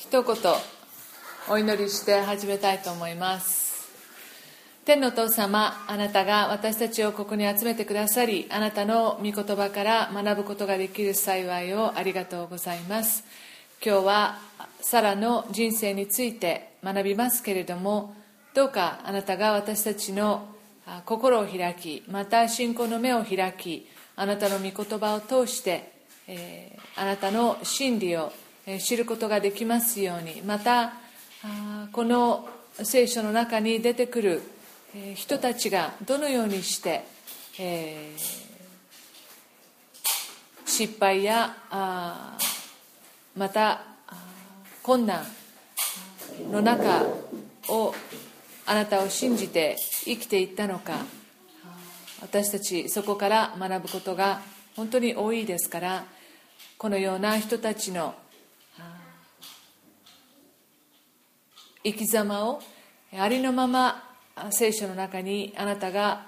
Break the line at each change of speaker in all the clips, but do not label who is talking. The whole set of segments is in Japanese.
一言お祈りして始めたいと思います。天のお父様、あなたが私たちをここに集めてくださり、あなたの御言葉から学ぶことができる幸いをありがとうございます。今日はサラの人生について学びますけれども、どうかあなたが私たちの心を開き、また信仰の目を開き、あなたの御言葉を通して、あなたの真理を知ることができますように、またこの聖書の中に出てくる人たちがどのようにして、失敗やまた困難の中をあなたを信じて生きていったのか、私たちそこから学ぶことが本当に多いですから、このような人たちの生き様をありのまま聖書の中にあなたが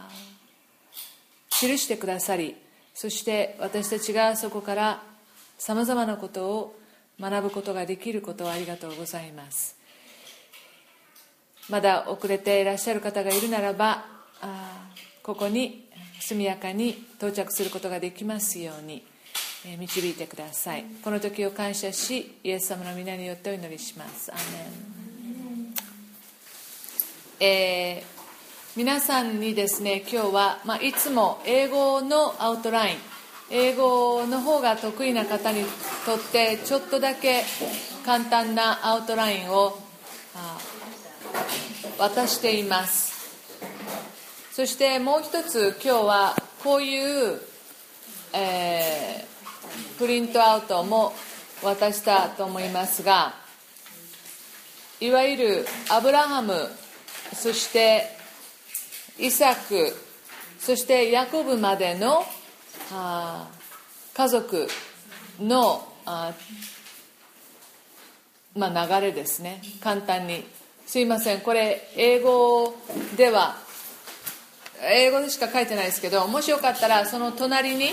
記してくださり、そして私たちがそこからさまざまなことを学ぶことができることをありがとうございます。まだ遅れていらっしゃる方がいるならば、ここに速やかに到着することができますように導いてください。この時を感謝し、イエス様の皆によってお祈りします。アーメン。皆さんにですね、今日は、いつも英語のアウトライン、英語の方が得意な方にとってちょっとだけ簡単なアウトラインを渡しています。そしてもう一つ、今日はこういう、プリントアウトも渡したと思いますが、いわゆるアブラハム、そしてイサク、そしてヤコブまでの家族の流れですね。簡単に、すいません、これ英語でしか書いてないですけど、もしよかったらその隣に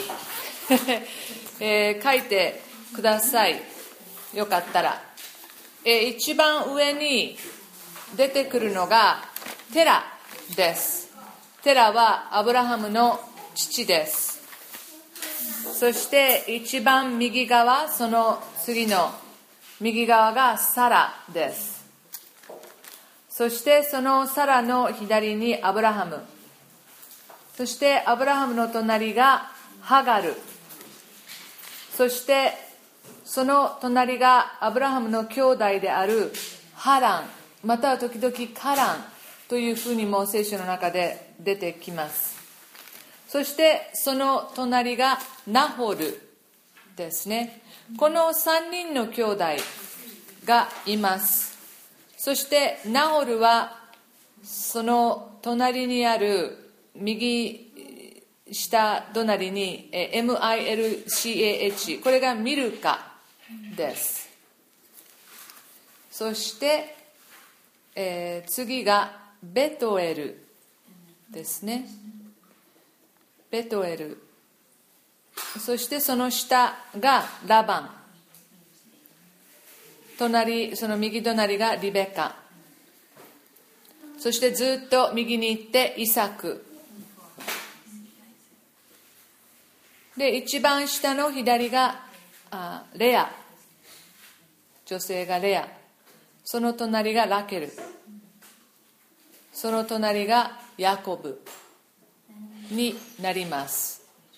書いてください。よかったら、一番上に出てくるのがテラです。テラはアブラハムの父です。そして一番右側、その次の右側がサラです。そしてそのサラの左にアブラハム、そしてアブラハムの隣がハガル、そしてその隣がアブラハムの兄弟であるハラン、または時々カランというふうにも聖書の中で出てきます。そしてその隣がナホルですね。この3人の兄弟がいます。そしてナホルはその隣にある右下隣に MILCAH、 これがミルカです。そして、次がベトエルですね。ベトエル、そしてその下がラバン、その右隣がリベカ、そしてずっと右に行ってイサクで、一番下の左がレア、女性がレア、その隣がラケル、その隣がヤコブになります。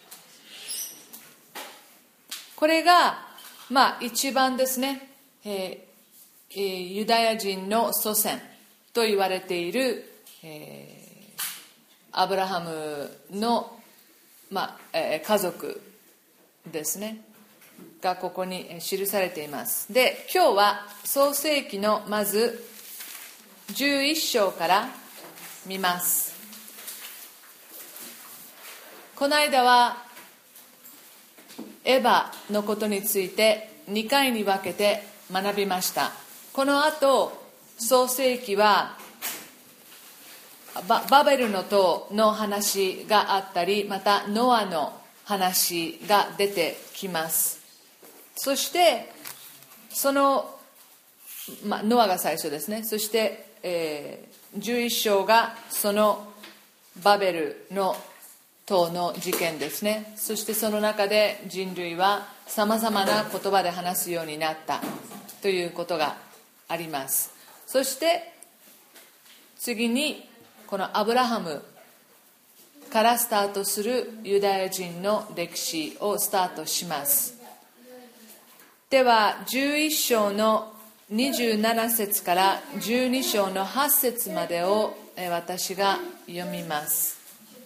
これが一番ですね、ユダヤ人の祖先と言われている、アブラハムの、家族ですねがここに記されています。で、今日は創世記のまず11章から見ます。この間はエバのことについて2回に分けて学びました。この後創世記はバベルの塔の話があったり、またノアの話が出てきます。そしてそのノアが最初ですね。そして、11章がそのバベルの塔の事件ですね。そしてその中で人類はさまざまな言葉で話すようになったということがあります。そして次にこのアブラハムからスタートするユダヤ人の歴史をスタートします。では11章の27節から12章の8節までを私が読みます。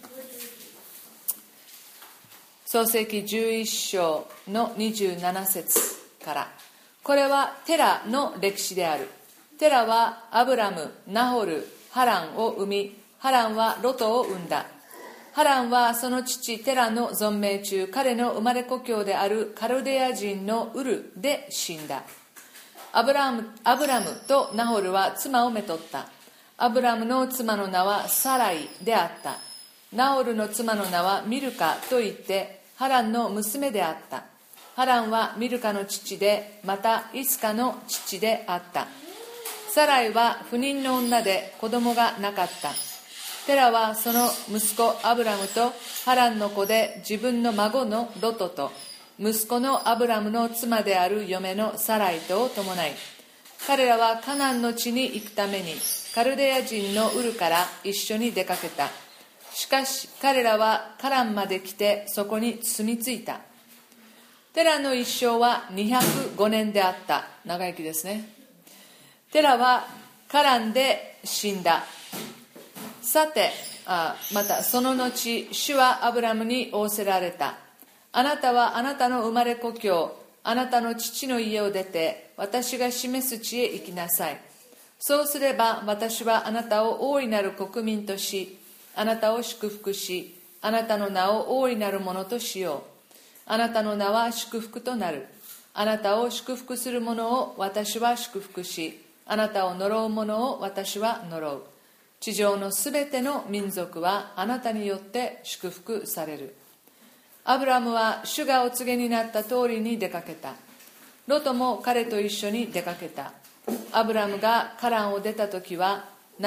創世記11章の27節から。これはテラの歴史である。テラはアブラム、ナホル、ハランを生み、ハランはロトを生んだ。ハランはその父テラの存命中、彼の生まれ故郷であるカルデア人のウルで死んだ。アブラムとナホルは妻をめとった。アブラムの妻の名はサライであった。ナホルの妻の名はミルカといってハランの娘であった。ハランはミルカの父で、またイスカの父であった。サライは不妊の女で子供がなかった。テラはその息子アブラムとハランの子で自分の孫のロトと息子のアブラムの妻である嫁のサライとを伴い、彼らはカナンの地に行くためにカルデア人のウルから一緒に出かけた。しかし彼らはカランまで来てそこに住み着いた。テラの一生は205年であった。長生きですね。テラはカランで死んだ。さて、またその後主はアブラムに仰せられた。あなたはあなたの生まれ故郷、あなたの父の家を出て私が示す地へ行きなさい。そうすれば私はあなたを大いなる国民とし、あなたを祝福し、あなたの名を大いなるものとしよう。あなたの名は祝福となる。あなたを祝福する者を私は祝福し、あなたを呪う者を私は呪う。地上のすべての民族はあなたによって祝福される。アブラムは主がお告げになった通りに出かけた。ロトも彼と一緒に出かけた。アブラムがカランを出た時は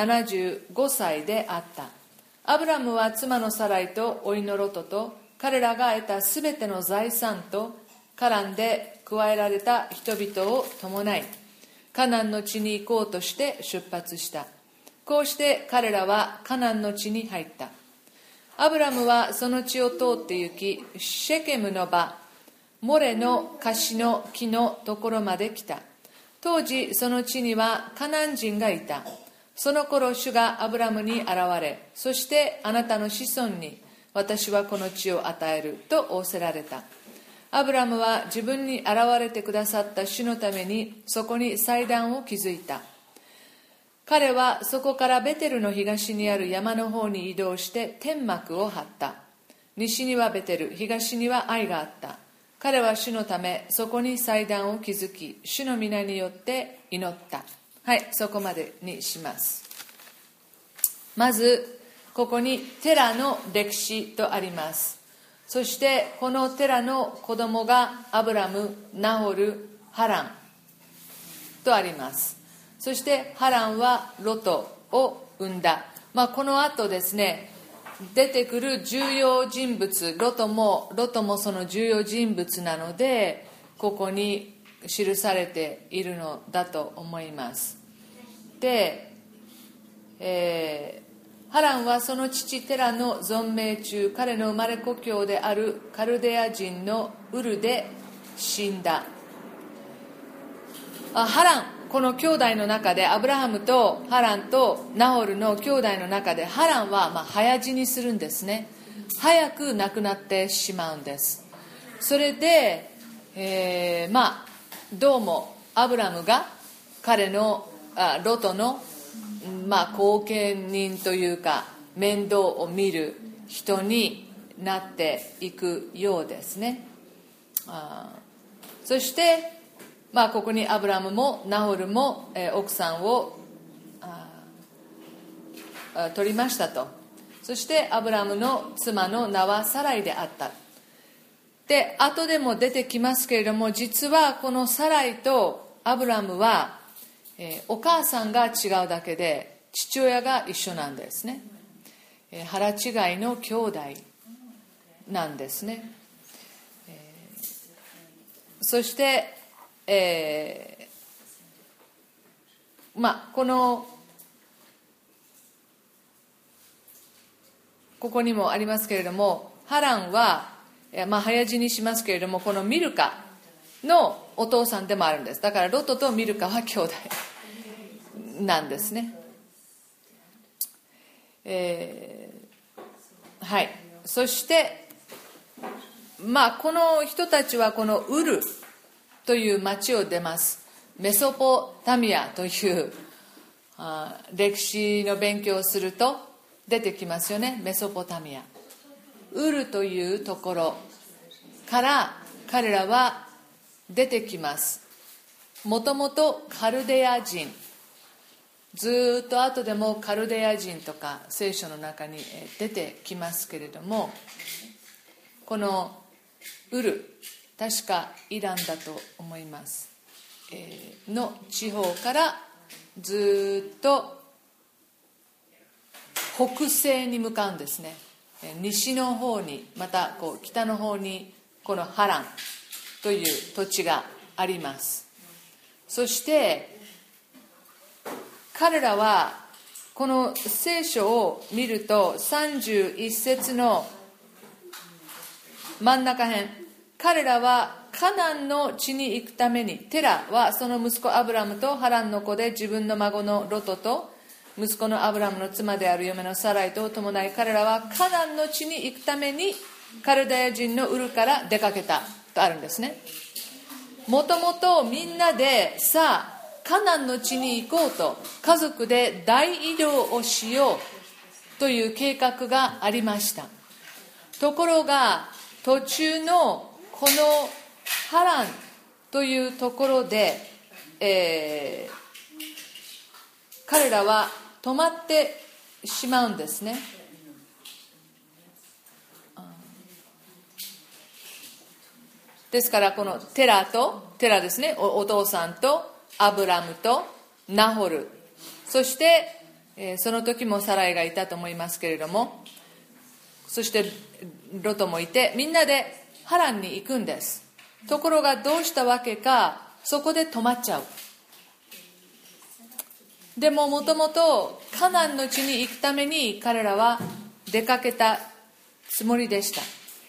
75歳であった。アブラムは妻のサライと甥のロトと彼らが得たすべての財産とカランで加えられた人々を伴い、カナンの地に行こうとして出発した。こうして彼らはカナンの地に入った。アブラムはその地を通って行き、シェケムの場、モレのカシの木のところまで来た。当時その地にはカナン人がいた。その頃主がアブラムに現れ、そしてあなたの子孫に私はこの地を与えると仰せられた。アブラムは自分に現れてくださった主のためにそこに祭壇を築いた。彼はそこからベテルの東にある山の方に移動して天幕を張った。西にはベテル、東にはアイがあった。彼は主のためそこに祭壇を築き、主の皆によって祈った。はい、そこまでにします。まずここにテラの歴史とあります。そしてこのテラの子供がアブラム、ナホル、ハランとあります。そしてハランはロトを生んだ。この後ですね、出てくる重要人物、ロトもその重要人物なので、ここに記されているのだと思います。で、ハランはその父テラの存命中、彼の生まれ故郷であるカルデア人のウルで死んだ。ハラン、この兄弟の中でアブラハムとハランとナホルの兄弟の中でハランは早死にするんですね。早く亡くなってしまうんです。それで、どうもアブラムが彼のロトの後見人というか面倒を見る人になっていくようですね。そしてここにアブラムもナホルも奥さんを取りましたと。そしてアブラムの妻の名はサライであった。で、後でも出てきますけれども、実はこのサライとアブラムはお母さんが違うだけで父親が一緒なんですね。腹違いの兄弟なんですね。そして、ここにもありますけれども、ハランは、早死にしますけれども、このミルカのお父さんでもあるんです。だからロトとミルカは兄弟なんですね。はい。そしてこの人たちはこのウルという町を出ます。メソポタミアという歴史の勉強をすると出てきますよね。メソポタミア、ウルというところから彼らは出てきます。もともとカルデア人、ずっと後でもカルデア人とか聖書の中に出てきますけれども、このウル、確かイランだと思います、の地方からずっと北西に向かうんですね。西の方に、また北の方にこのハランという土地があります。そして彼らはこの聖書を見ると31節の真ん中辺、彼らはカナンの地に行くために、テラはその息子アブラムとハランの子で自分の孫のロトと息子のアブラムの妻である嫁のサライと伴い、彼らはカナンの地に行くためにカルダヤ人のウルから出かけたとあるんですね。もともとみんなでさあカナンの地に行こうと、家族で大移動をしようという計画がありました。ところが途中のこのハランというところで、彼らは止まってしまうんですね。ですからこのテラですね、 お父さんとアブラムとナホル、そして、その時もサライがいたと思いますけれども、そしてロトもいて、みんなでハランに行くんです。ところがどうしたわけかそこで止まっちゃう。でももともとカナンの地に行くために彼らは出かけたつもりでした。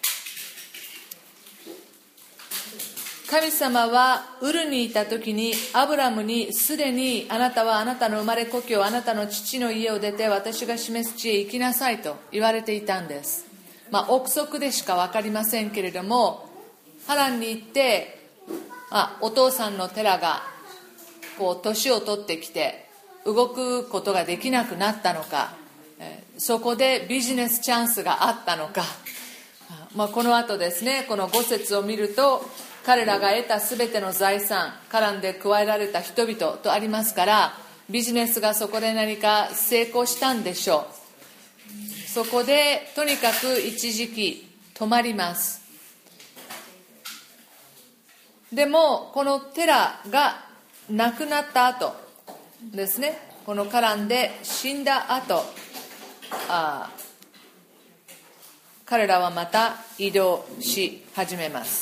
神様はウルにいた時にアブラムにすでに、あなたはあなたの生まれ故郷、あなたの父の家を出て私が示す地へ行きなさいと言われていたんです。憶測でしか分かりませんけれども、ハランに行ってお父さんのテラが年を取ってきて動くことができなくなったのか、そこでビジネスチャンスがあったのか、この後ですね、この5節を見ると、彼らが得たすべての財産、カナンで加えられた人々とありますから、ビジネスがそこで何か成功したんでしょう。そこでとにかく一時期止まります。でもこのテラが亡くなった後ですね、このカナンで死んだ後、彼らはまた移動し始めます。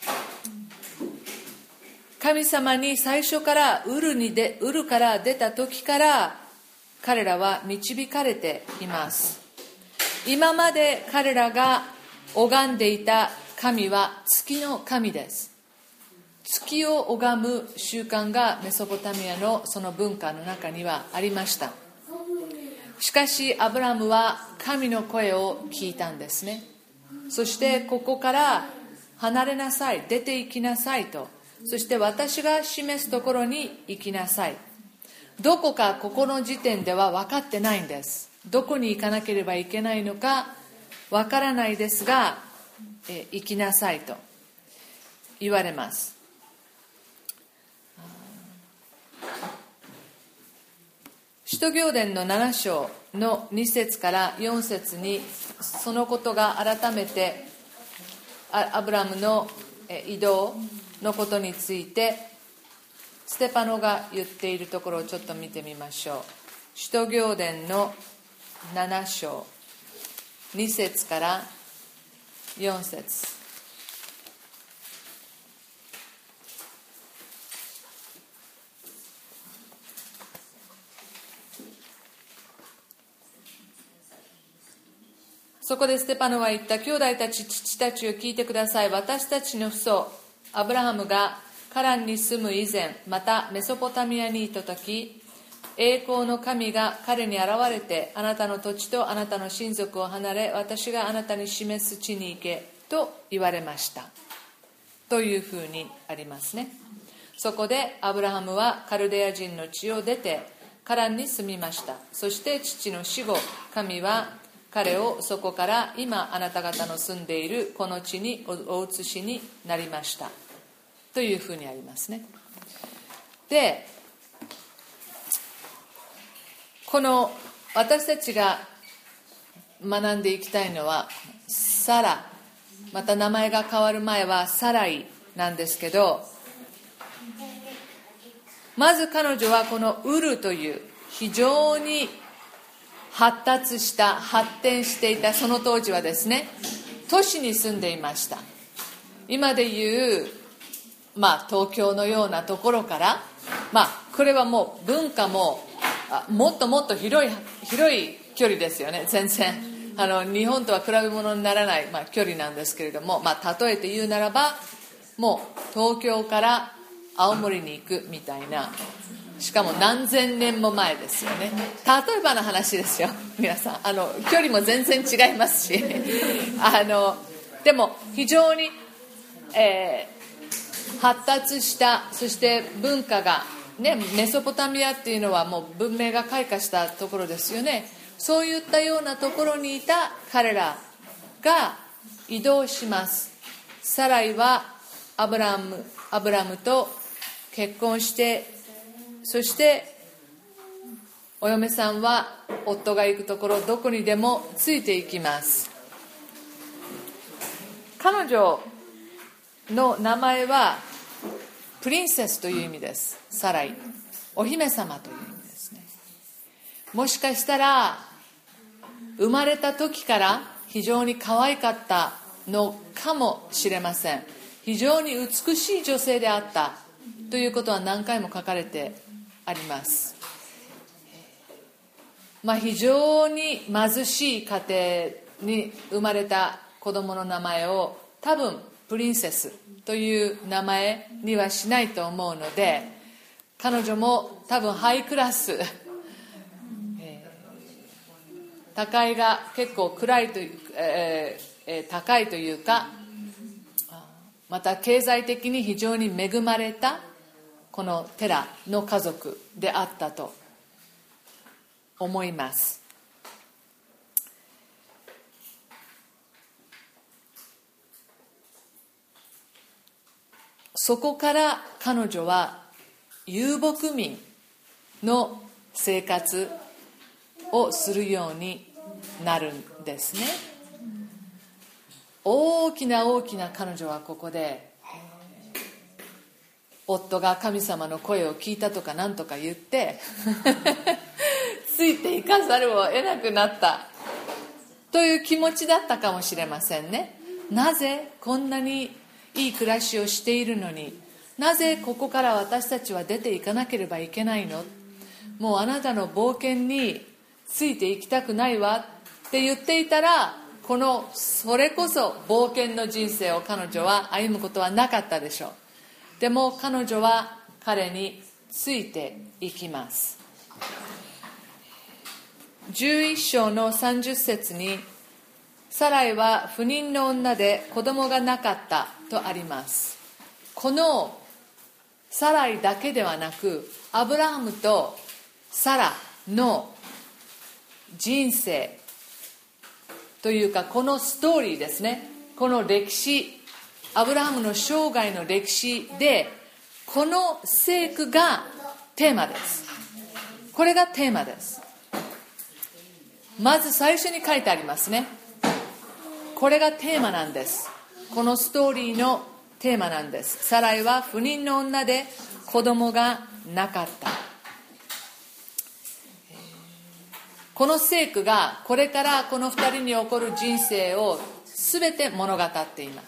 神様に最初からウルから出た時から彼らは導かれています。今まで彼らが拝んでいた神は月の神です。月を拝む習慣がメソポタミアのその文化の中にはありました。しかしアブラムは神の声を聞いたんですね。そしてここから離れなさい、出て行きなさいと、そして私が示すところに行きなさい。どこかここの時点では分かってないんです。どこに行かなければいけないのか分からないですが、行きなさいと言われます。使徒行伝の7章の2節から4節にそのことが改めてアブラムの移動のことについてステパノが言っているところをちょっと見てみましょう。使徒行伝の7章2節から4節。そこでステパノは言った。兄弟たち、父たちを聞いてください。私たちの父祖アブラハムがカランに住む以前、またメソポタミアにいた時、栄光の神が彼に現れて、あなたの土地とあなたの親族を離れ、私があなたに示す地に行けと言われましたというふうにありますね。そこでアブラハムはカルデア人の地を出てカランに住みました。そして父の死後、神は彼をそこから今あなた方の住んでいるこの地にお移しになりましたというふうにありますね。で、この私たちが学んでいきたいのはサラ、また名前が変わる前はサライなんですけど、まず彼女はこのウルという非常に発展していた、その当時はですね、都市に住んでいました。今でいう東京のようなところから、これはもう文化ももっともっと広い距離ですよね。全然日本とは比べ物にならない、距離なんですけれども、例えて言うならば、もう東京から青森に行くみたいな、しかも何千年も前ですよね。例えばの話ですよ、皆さん。距離も全然違いますしでも非常に、発達した、そして文化がね、メソポタミアっていうのはもう文明が開花したところですよね。そういったようなところにいた彼らが移動します。サライはアブラムと結婚して、そしてお嫁さんは夫が行くところどこにでもついていきます。彼女の名前はプリンセスという意味です。サライ、お姫様という意味ですね。もしかしたら生まれた時から非常に可愛かったのかもしれません。非常に美しい女性であったということは何回も書かれてあります。非常に貧しい家庭に生まれた子供の名前を多分プリンセスという名前にはしないと思うので、彼女も多分ハイクラス、高いが結構暗いという、高いというか、また経済的に非常に恵まれたこのテラの家族であったと思います。そこから彼女は遊牧民の生活をするようになるんですね。大きな彼女はここで夫が神様の声を聞いたとか何とか言ってついていかざるを得なくなったという気持ちだったかもしれませんね。なぜこんなにいい暮らしをしているのに、なぜここから私たちは出ていかなければいけないの、もうあなたの冒険についていきたくないわって言っていたら、それこそ冒険の人生を彼女は歩むことはなかったでしょう。でも彼女は彼についていきます。11章の30節に、サライは不妊の女で子供がなかったとあります。このサライだけではなく、アブラハムとサラの人生というか、このストーリーですね、この歴史、アブラハムの生涯の歴史で、この聖句がテーマです。これがテーマです。まず最初に書いてありますね。これがテーマなんです。このストーリーのテーマなんです。サライは不妊の女で子供がなかった。この聖句がこれからこの2人に起こる人生を全て物語っています。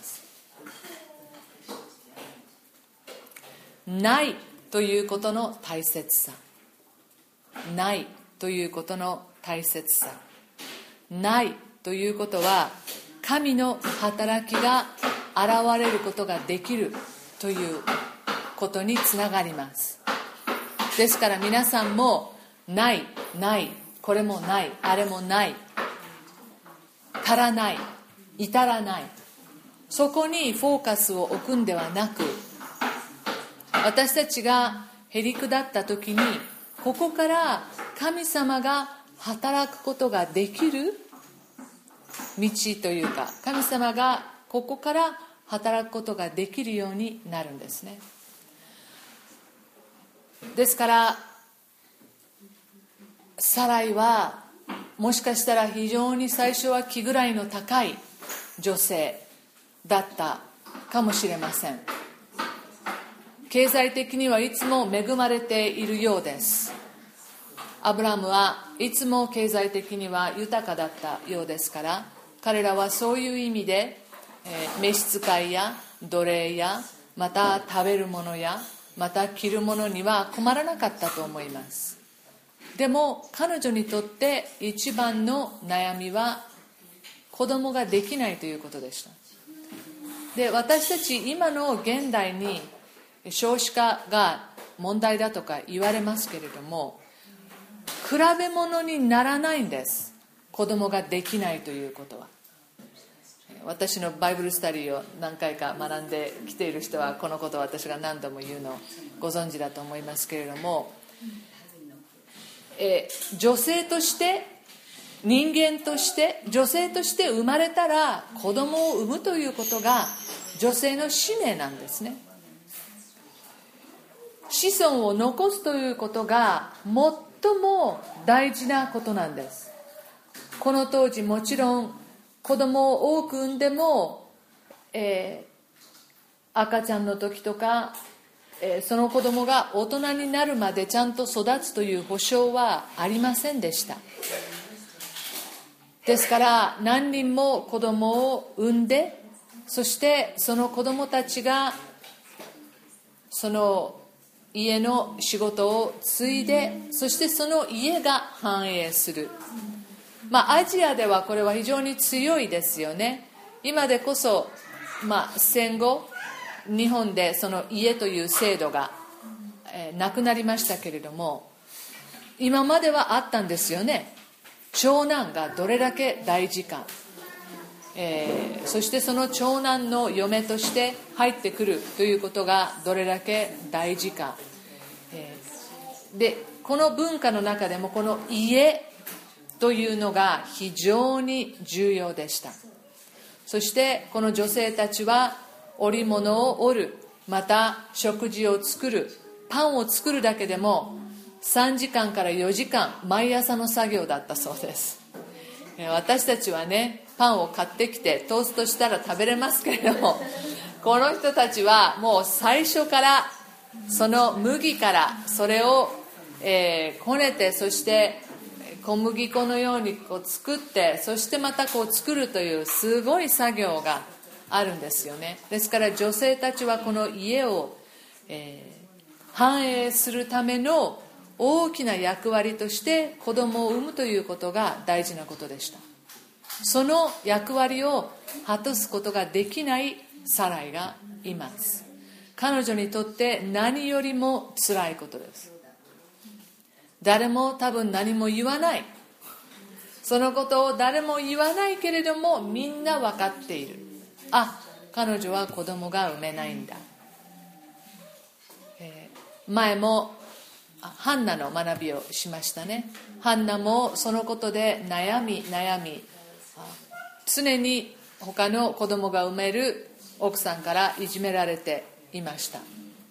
ないということの大切さ、ないということの大切さ、ないということは神の働きが現れることができるということにつながります。ですから皆さんもない、ない、これもない、あれもない、足らない、至らない、そこにフォーカスを置くんではなく、私たちがへりくだった時にここから神様が働くことができる道というか、神様がここから働くことができるようになるんですね。ですからサライはもしかしたら非常に最初は気ぐらいの高い女性だったかもしれません。経済的にはいつも恵まれているようです。アブラハムはいつも経済的には豊かだったようですから、彼らはそういう意味で、召使いや奴隷やまた食べるものやまた着るものには困らなかったと思います。でも彼女にとって一番の悩みは子供ができないということでした。で、私たち今の現代に少子化が問題だとか言われますけれども、比べ物にならないんです。子供ができないということは。私のバイブルスタディを何回か学んできている人はこのことを私が何度も言うのをご存知だと思いますけれども、女性として人間として女性として生まれたら子供を産むということが女性の使命なんですね。子孫を残すということが最も大事なことなんです。この当時もちろん子供を多く産んでも、赤ちゃんの時とか、その子供が大人になるまでちゃんと育つという保証はありませんでした。ですから何人も子供を産んで、そしてその子供たちがその家の仕事を継いで、そしてその家が繁栄する。アジアではこれは非常に強いですよね。今でこそ、戦後日本でその家という制度が、なくなりましたけれども、今まではあったんですよね。長男がどれだけ大事か、そしてその長男の嫁として入ってくるということがどれだけ大事か、でこの文化の中でもこの家というのが非常に重要でした。そしてこの女性たちは織物を織る、また食事を作る、パンを作るだけでも3時間から4時間毎朝の作業だったそうです。私たちはね、パンを買ってきてトーストしたら食べれますけれども、この人たちはもう最初からその麦からそれを、こねて、そして小麦粉のようにこう作って、そしてまたこう作るというすごい作業があるんですよね。ですから女性たちはこの家を、繁栄するための大きな役割として子供を産むということが大事なことでした。その役割を果たすことができないサライがいます。彼女にとって何よりも辛いことです。誰も多分何も言わない、そのことを誰も言わないけれどもみんな分かっている。彼女は子供が産めないんだ。前もハンナの学びをしましたね。ハンナもそのことで悩み常に他の子供が産める奥さんからいじめられていました。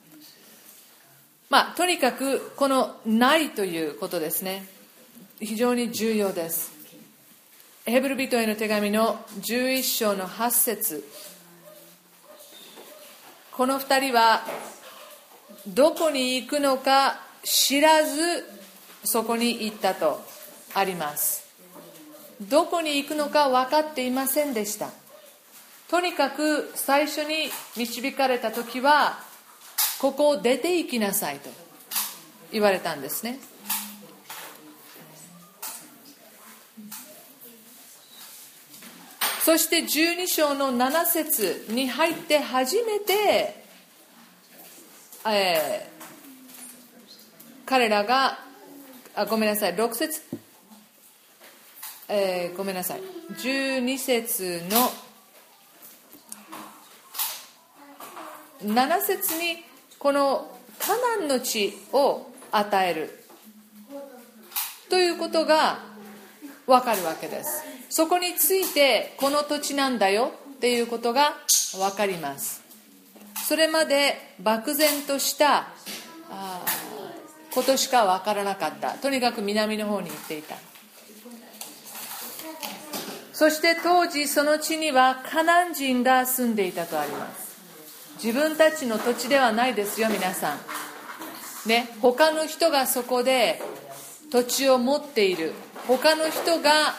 とにかくこのないということですね、非常に重要です。ヘブル人への手紙の11章の8節、 この2人はどこに行くのか知らずそこに行ったとあります。どこに行くのか分かっていませんでした。とにかく最初に導かれた時はここを出て行きなさいと言われたんですね。そして12章の7節に入って初めて、彼らがごめんなさい6節、ごめんなさい12節の7節にこのカナンの地を与えるということが分かるわけです。そこについてこの土地なんだよっていうことが分かります。それまで漠然としたことしか分からなかった。とにかく南の方に行っていた。そして当時その地にはカナン人が住んでいたとあります。自分たちの土地ではないですよ皆さんね。他の人がそこで土地を持っている、他の人が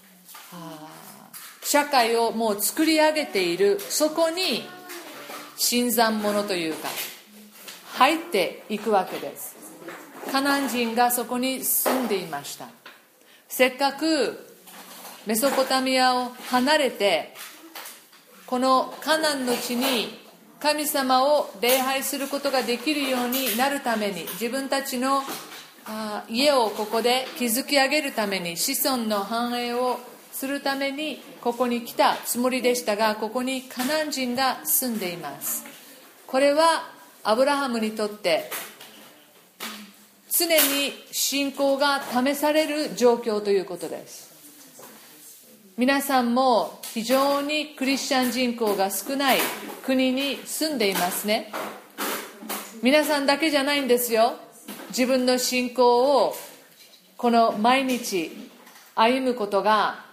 社会をもう作り上げている、そこに新参者というか入っていくわけです。カナン人がそこに住んでいました。せっかくメソポタミアを離れてこのカナンの地に神様を礼拝することができるようになるために、自分たちの家をここで築き上げるために、子孫の繁栄をするためにここに来たつもりでしたが、ここにカナン人が住んでいます。これはアブラハムにとって常に信仰が試される状況ということです。皆さんも非常にクリスチャン人口が少ない国に住んでいますね。皆さんだけじゃないんですよ。自分の信仰をこの毎日歩むことが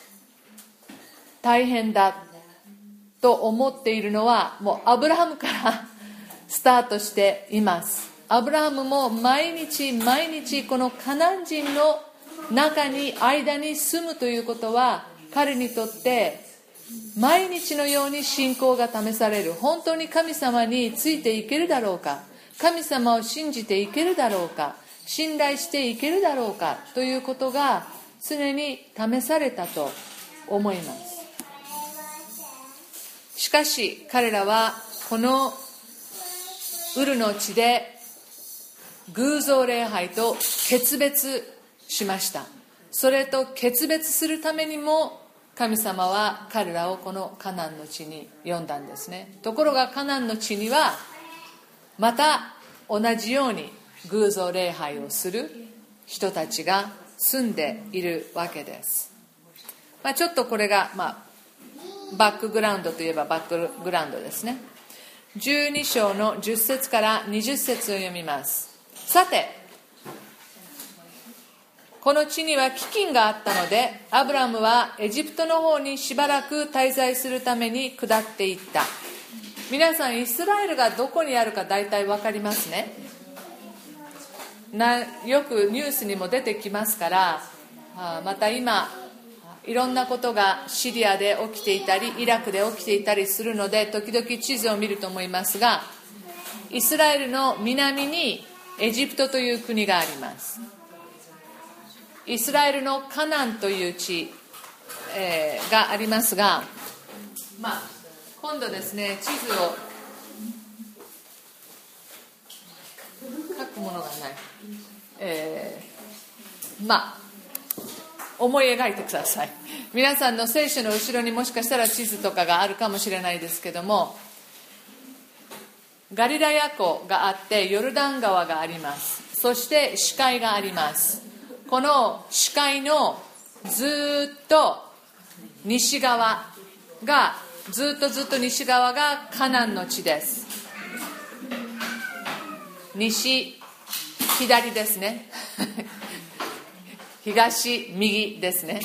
大変だと思っているのはもうアブラハムからスタートしています。アブラハムも毎日毎日このカナン人の中に間に住むということは彼にとって毎日のように信仰が試される。本当に神様についていけるだろうか、神様を信じていけるだろうか、信頼していけるだろうかということが常に試されたと思います。しかし彼らはこのウルの地で偶像礼拝と決別しました。それと決別するためにも神様は彼らをこのカナンの地に呼んだんですね。ところがカナンの地にはまた同じように偶像礼拝をする人たちが住んでいるわけです。ちょっとこれが、バックグラウンドといえばバックグラウンドですね。12章の10節から20節を読みます。さてこの地には飢饉があったので、アブラムはエジプトの方にしばらく滞在するために下っていった。皆さんイスラエルがどこにあるか大体分かりますね。よくニュースにも出てきますから、また今いろんなことがシリアで起きていたりイラクで起きていたりするので時々地図を見ると思いますが、イスラエルの南にエジプトという国があります。イスラエルのカナンという地、がありますが、今度ですね地図を書くものがない、思い描いてください。皆さんの聖書の後ろにもしかしたら地図とかがあるかもしれないですけども、ガリラヤ湖があってヨルダン川があります。そして死海があります。この死海のずっと西側がずっと西側がカナンの地です。左ですね東右ですね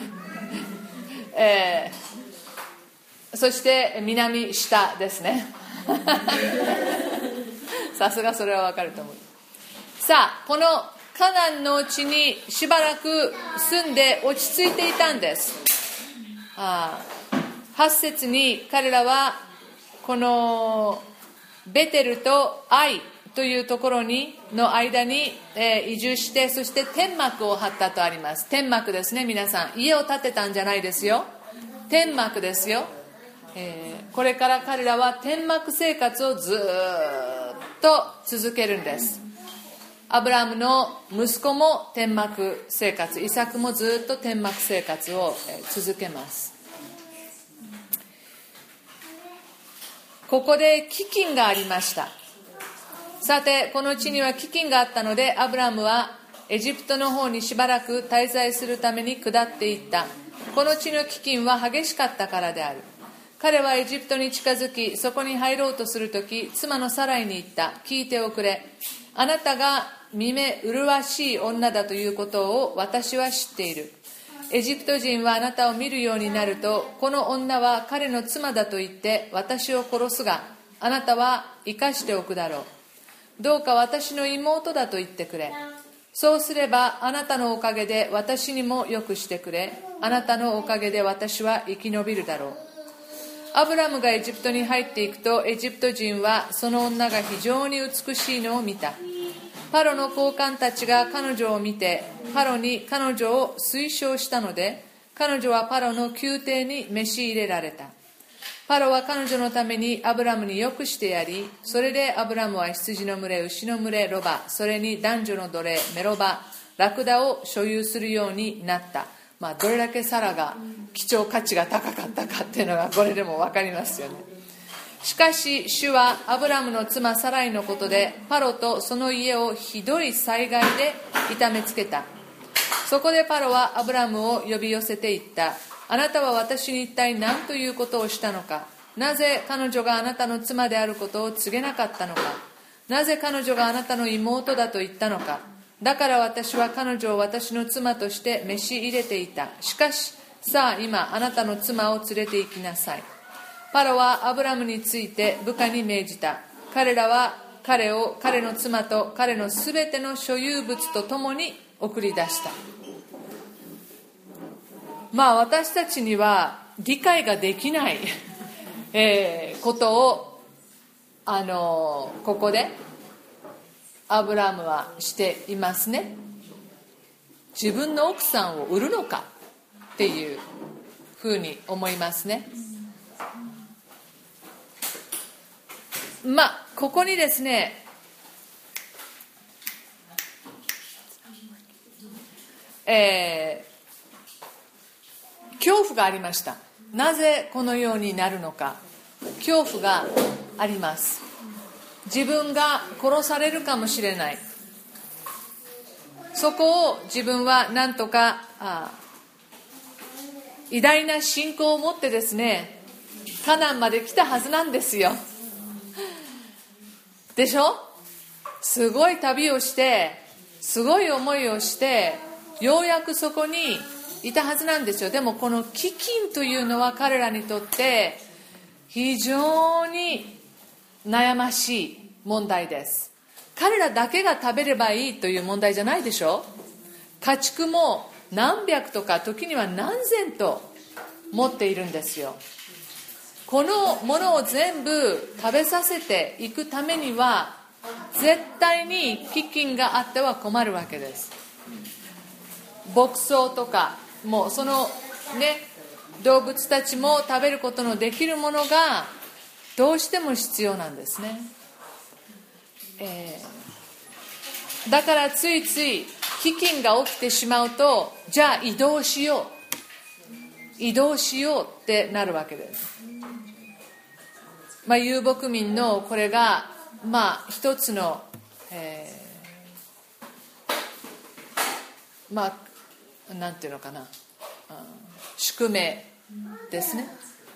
そして南下ですねさすがそれはわかると思う。さあ、このカナンの地にしばらく住んで落ち着いていたんです。8節に彼らはこのベテルとアイというところの間に移住して、そして天幕を張ったとあります。天幕ですね、皆さん。家を建てたんじゃないですよ。天幕ですよ。これから彼らは天幕生活をずっと続けるんです。アブラムの息子も天幕生活、イサクもずっと天幕生活を続けます。ここで飢饉がありました。さて、この地には飢饉があったので、アブラムはエジプトの方にしばらく滞在するために下っていった。この地の飢饉は激しかったからである。彼はエジプトに近づき、そこに入ろうとするとき、妻のサライに言った。聞いておくれ。あなたが見目麗しい女だということを私は知っている。エジプト人はあなたを見るようになると、この女は彼の妻だと言って私を殺すが、あなたは生かしておくだろう。どうか私の妹だと言ってくれ。そうすればあなたのおかげで私にもよくしてくれ。あなたのおかげで私は生き延びるだろう。アブラムがエジプトに入っていくと、エジプト人はその女が非常に美しいのを見た。パロの高官たちが彼女を見て、パロに彼女を推奨したので、彼女はパロの宮廷に召し入れられた。パロは彼女のためにアブラムによくしてやり、それでアブラムは羊の群れ、牛の群れ、ロバ、それに男女の奴隷、メロバ、ラクダを所有するようになった。どれだけサラが貴重価値が高かったかっていうのがこれでも分かりますよね。しかし主はアブラムの妻サライのことでパロとその家をひどい災害で痛めつけた。そこでパロはアブラムを呼び寄せて言った。あなたは私に一体何ということをしたのか。なぜ彼女があなたの妻であることを告げなかったのか。なぜ彼女があなたの妹だと言ったのか。だから私は彼女を私の妻として召し入れていた。しかしさあ今あなたの妻を連れて行きなさい。パロはアブラムについて部下に命じた。彼らは彼を彼の妻と彼のすべての所有物とともに送り出した。私たちには理解ができないことをここでアブラムはしていますね。自分の奥さんを売るのかっていうふうに思いますね。ここにですね、恐怖がありました。なぜこのようになるのか、恐怖があります。自分が殺されるかもしれない。そこを自分はなんとか偉大な信仰を持ってですね、カナンまで来たはずなんですよ。でしょ？すごい旅をして、すごい思いをして、ようやくそこにいたはずなんですよ。でもこの飢饉というのは彼らにとって非常に悩ましい問題です。彼らだけが食べればいいという問題じゃないでしょ。家畜も何百とか時には何千と持っているんですよ。このものを全部食べさせていくためには絶対に飢饉があっては困るわけです。牧草とかもうそのね、動物たちも食べることのできるものがどうしても必要なんですね。だからついつい飢饉が起きてしまうと、じゃあ移動しようってなるわけです。遊牧民のこれが一つの、なんていうのかな、宿命ですね。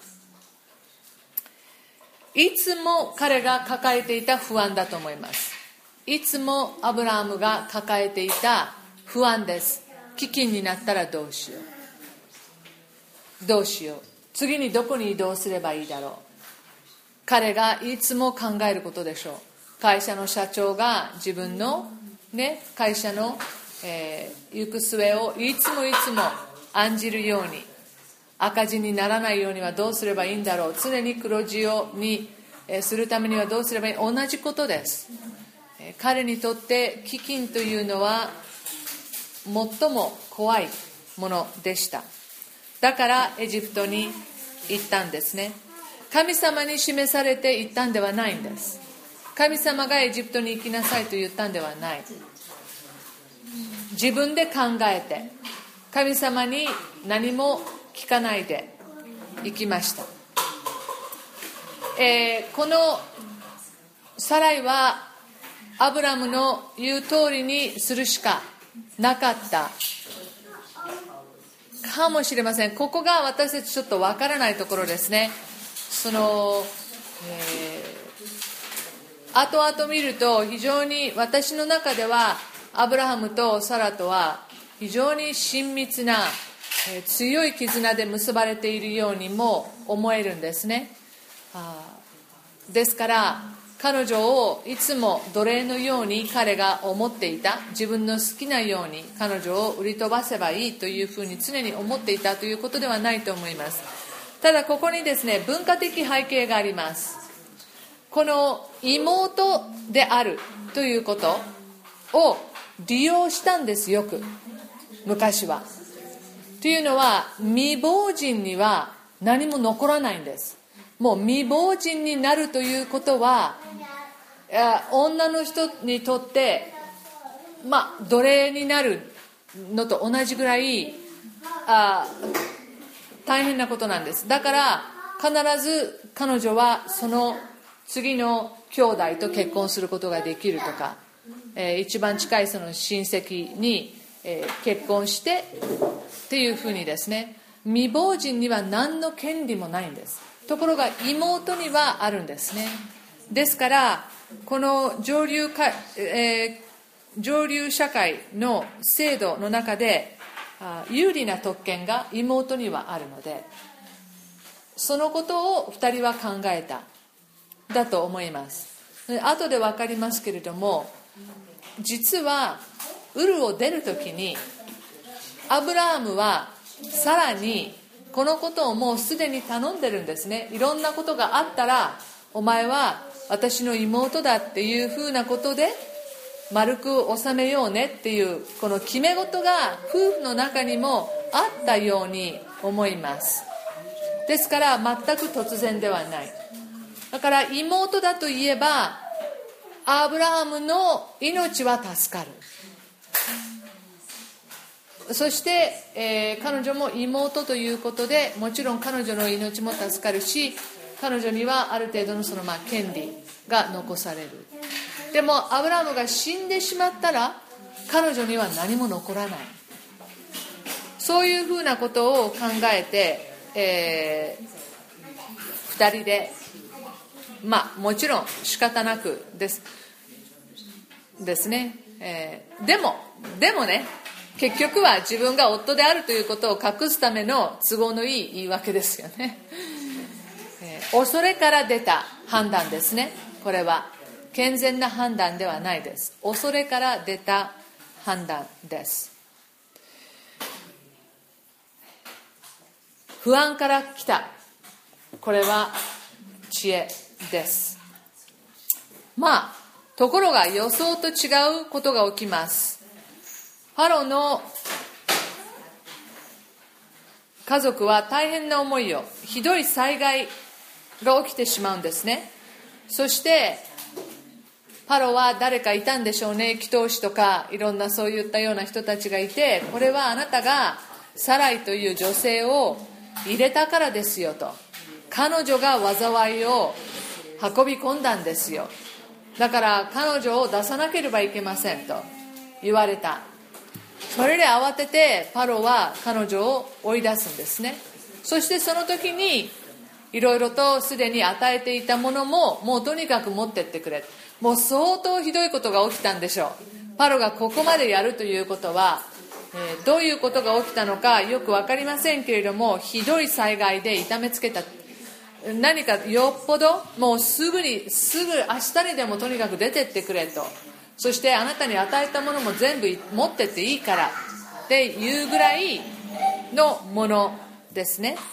いつも彼が抱えていた不安だと思います。いつもアブラハムが抱えていた不安です。飢饉になったらどうしよう、次にどこに移動すればいいだろう。 彼がいつも考えることでしょう。会社の社長が自分の、会社の、行く末をいつも案じるように、赤字にならないようにはどうすればいいんだろう、常に黒字にするためにはどうすればいい、同じことです。彼にとって飢饉というのは最も怖いものでした。だからエジプトに行ったんですね。神様に示されて行ったんではないんです。神様がエジプトに行きなさいと言ったんではない。自分で考えて、神様に何も聞かないで行きました。このサライはアブラムの言う通りにするしかなかったかもしれません。ここが私たちちょっとわからないところですね。後々見ると非常に私の中ではアブラハムとサラとは非常に親密な、強い絆で結ばれているようにも思えるんですね。ですから彼女をいつも奴隷のように彼が思っていた、自分の好きなように彼女を売り飛ばせばいいというふうに常に思っていたということではないと思います。ただここにですね、文化的背景があります。この妹であるということを利用したんです、よく昔は。というのは未亡人には何も残らないんです。もう未亡人になるということは女の人にとって奴隷になるのと同じぐらい大変なことなんです。だから必ず彼女はその次の兄弟と結婚することができるとか、一番近いその親戚に、結婚してっていうふうにですね、未亡人には何の権利もないんです。ところが妹にはあるんですね。ですからこの上流社会の制度の中で有利な特権が妹にはあるので、そのことを2人は考えただと思います。後で分かりますけれども、実はウルを出るときにアブラハムはさらにこのことをもうすでに頼んでるんですね。いろんなことがあったらお前は私の妹だっていうふうなことで丸く収めようねっていうこの決め事が夫婦の中にもあったように思います。ですから全く突然ではない。だから妹だといえばアブラハムの命は助かる。そして、彼女も妹ということでもちろん彼女の命も助かるし、彼女にはある程度の権利が残される。でもアブラハムが死んでしまったら彼女には何も残らない。そういうふうなことを考えて、2人でもちろん仕方なくですね、でもね、結局は自分が夫であるということを隠すための都合のいい言い訳ですよね。恐れから出た判断ですね。これは健全な判断ではないです。恐れから出た判断です。不安から来た、これは知恵です。ところが予想と違うことが起きます。ファロの家族は大変な思いを、ひどい災害が起きてしまうんですね。そしてファロは誰かいたんでしょうね、祈祷師とかいろんなそういったような人たちがいて、これはあなたがサライという女性を入れたからですよと、彼女が災いを運び込んだんですよ、だから彼女を出さなければいけませんと言われた。それで慌ててファロは彼女を追い出すんですね。そしてその時にいろいろとすでに与えていたものももうとにかく持ってってくれ、もう相当ひどいことが起きたんでしょう。ファロがここまでやるということは、どういうことが起きたのかよく分かりませんけれども、ひどい災害で痛めつけた。 何かよっぽどもうすぐ明日にでもとにかく出てってくれと、そしてあなたに与えたものも全部持ってっていいからっていうぐらいのものですね。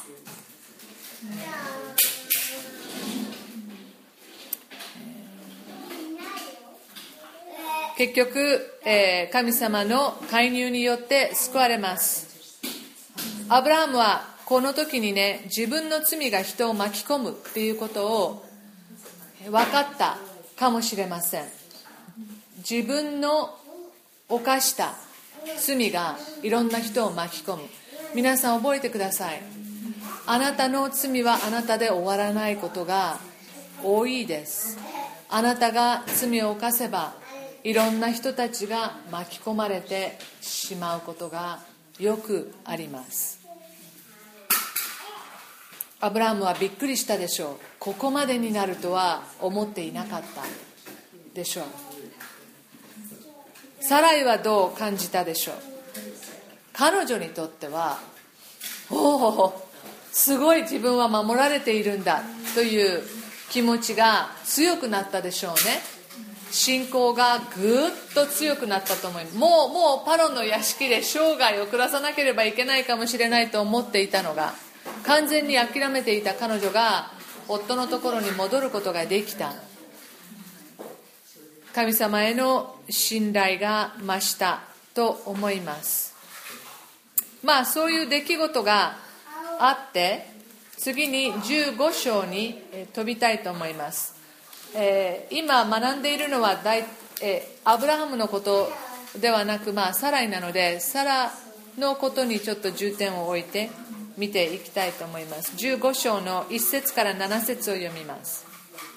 結局、神様の介入によって救われます。アブラハムはこの時にね、自分の罪が人を巻き込むっていうことを分かったかもしれません。自分の犯した罪がいろんな人を巻き込む。皆さん覚えてください。あなたの罪はあなたで終わらないことが多いです。あなたが罪を犯せばいろんな人たちが巻き込まれてしまうことがよくあります。アブラハムはびっくりしたでしょう。ここまでになるとは思っていなかったでしょう。サライはどう感じたでしょう。彼女にとっては、おお、すごい自分は守られているんだという気持ちが強くなったでしょうね。信仰がぐっと強くなったと思います。もうパロの屋敷で生涯を暮らさなければいけないかもしれないと思っていたのが、完全に諦めていた彼女が夫のところに戻ることができた。神様への信頼が増したと思います。そういう出来事があって、次に15章に飛びたいと思います。今学んでいるのはアブラハムのことではなく、サライなので、サラのことにちょっと重点を置いて見ていきたいと思います。15章の1節から7節を読みます。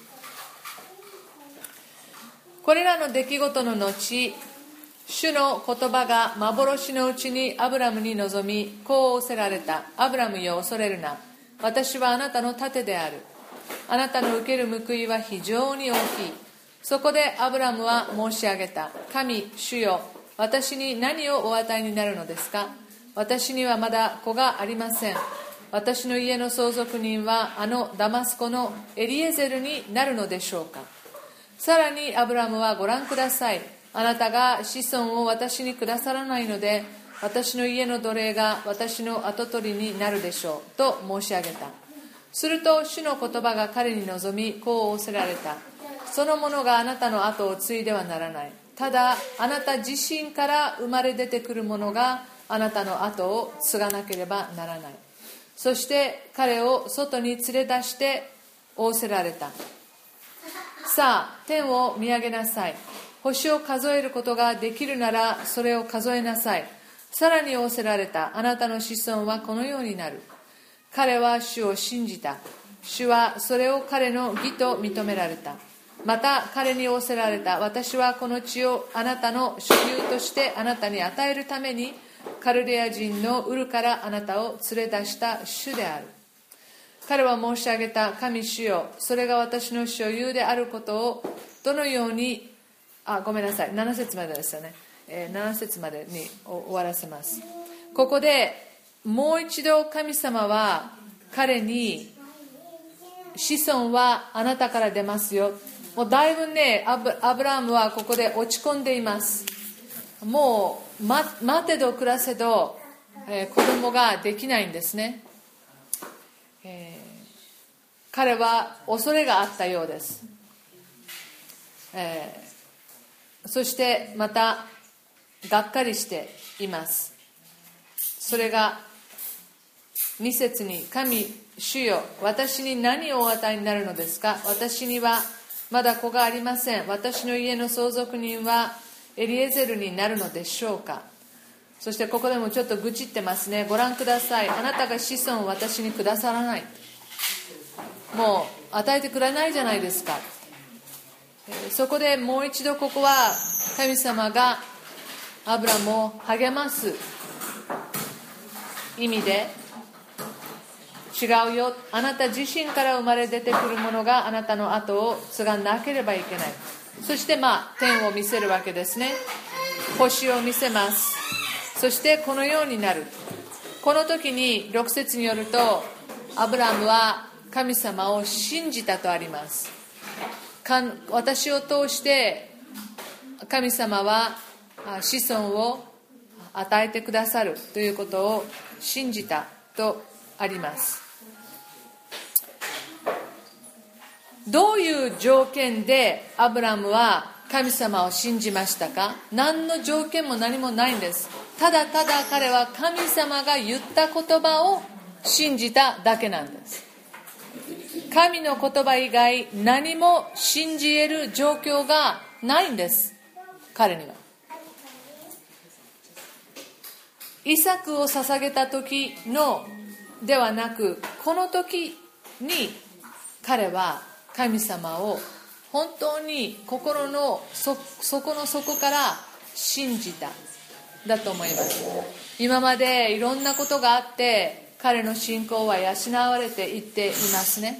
これらの出来事の後、主の言葉が幻のうちにアブラムに臨み、こう仰せられた。アブラムよ、恐れるな。私はあなたの盾である。あなたの受ける報いは非常に大きい。そこでアブラムは申し上げた。神、主よ、私に何をお与えになるのですか。私にはまだ子がありません。私の家の相続人はあのダマスコのエリエゼルになるのでしょうか。さらにアブラムは、ご覧ください。あなたが子孫を私にくださらないので、私の家の奴隷が私の跡取りになるでしょうと申し上げた。すると主の言葉が彼に臨み、こう仰せられた。その者があなたの後を継いではならない。ただあなた自身から生まれ出てくる者があなたの後を継がなければならない。そして彼を外に連れ出して仰せられた。さあ、天を見上げなさい。星を数えることができるならそれを数えなさい。さらに仰せられた。あなたの子孫はこのようになる。彼は主を信じた。主はそれを彼の義と認められた。また彼に仰せられた。私はこの地をあなたの所有としてあなたに与えるために、カルデア人のウルからあなたを連れ出した主である。彼は申し上げた。神主よ、それが私の所有であることをどのように、ごめんなさい、7節までですよね。7節までに終わらせます。ここでもう一度神様は彼に、子孫はあなたから出ますよ。もうだいぶね、アブラハムはここで落ち込んでいます。もう待てど暮らせど、子供ができないんですね。彼は恐れがあったようです。そしてまたがっかりしています。それが2節に、神主よ、私に何をお与えになるのですか。私にはまだ子がありません。私の家の相続人はエリエゼルになるのでしょうか。そしてここでもちょっと愚痴ってますね。ご覧ください。あなたが子孫を私にくださらない。もう与えてくれないじゃないですか。そこでもう一度ここは神様がアブラムを励ます意味で、違うよ、あなた自身から生まれ出てくるものがあなたの後を継がなければいけない。そして天を見せるわけですね。星を見せます。そしてこのようになる。この時に6節によると、アブラムは神様を信じたとあります。私を通して神様は子孫を与えてくださるということを信じたとあります。どういう条件でアブラムは神様を信じましたか？何の条件も何もないんです。ただただ彼は神様が言った言葉を信じただけなんです。神の言葉以外何も信じ得る状況がないんです、彼には。イサクを捧げた時のではなく、この時に彼は神様を本当に心の底の底から信じただと思います。今までいろんなことがあって彼の信仰は養われていっていますね。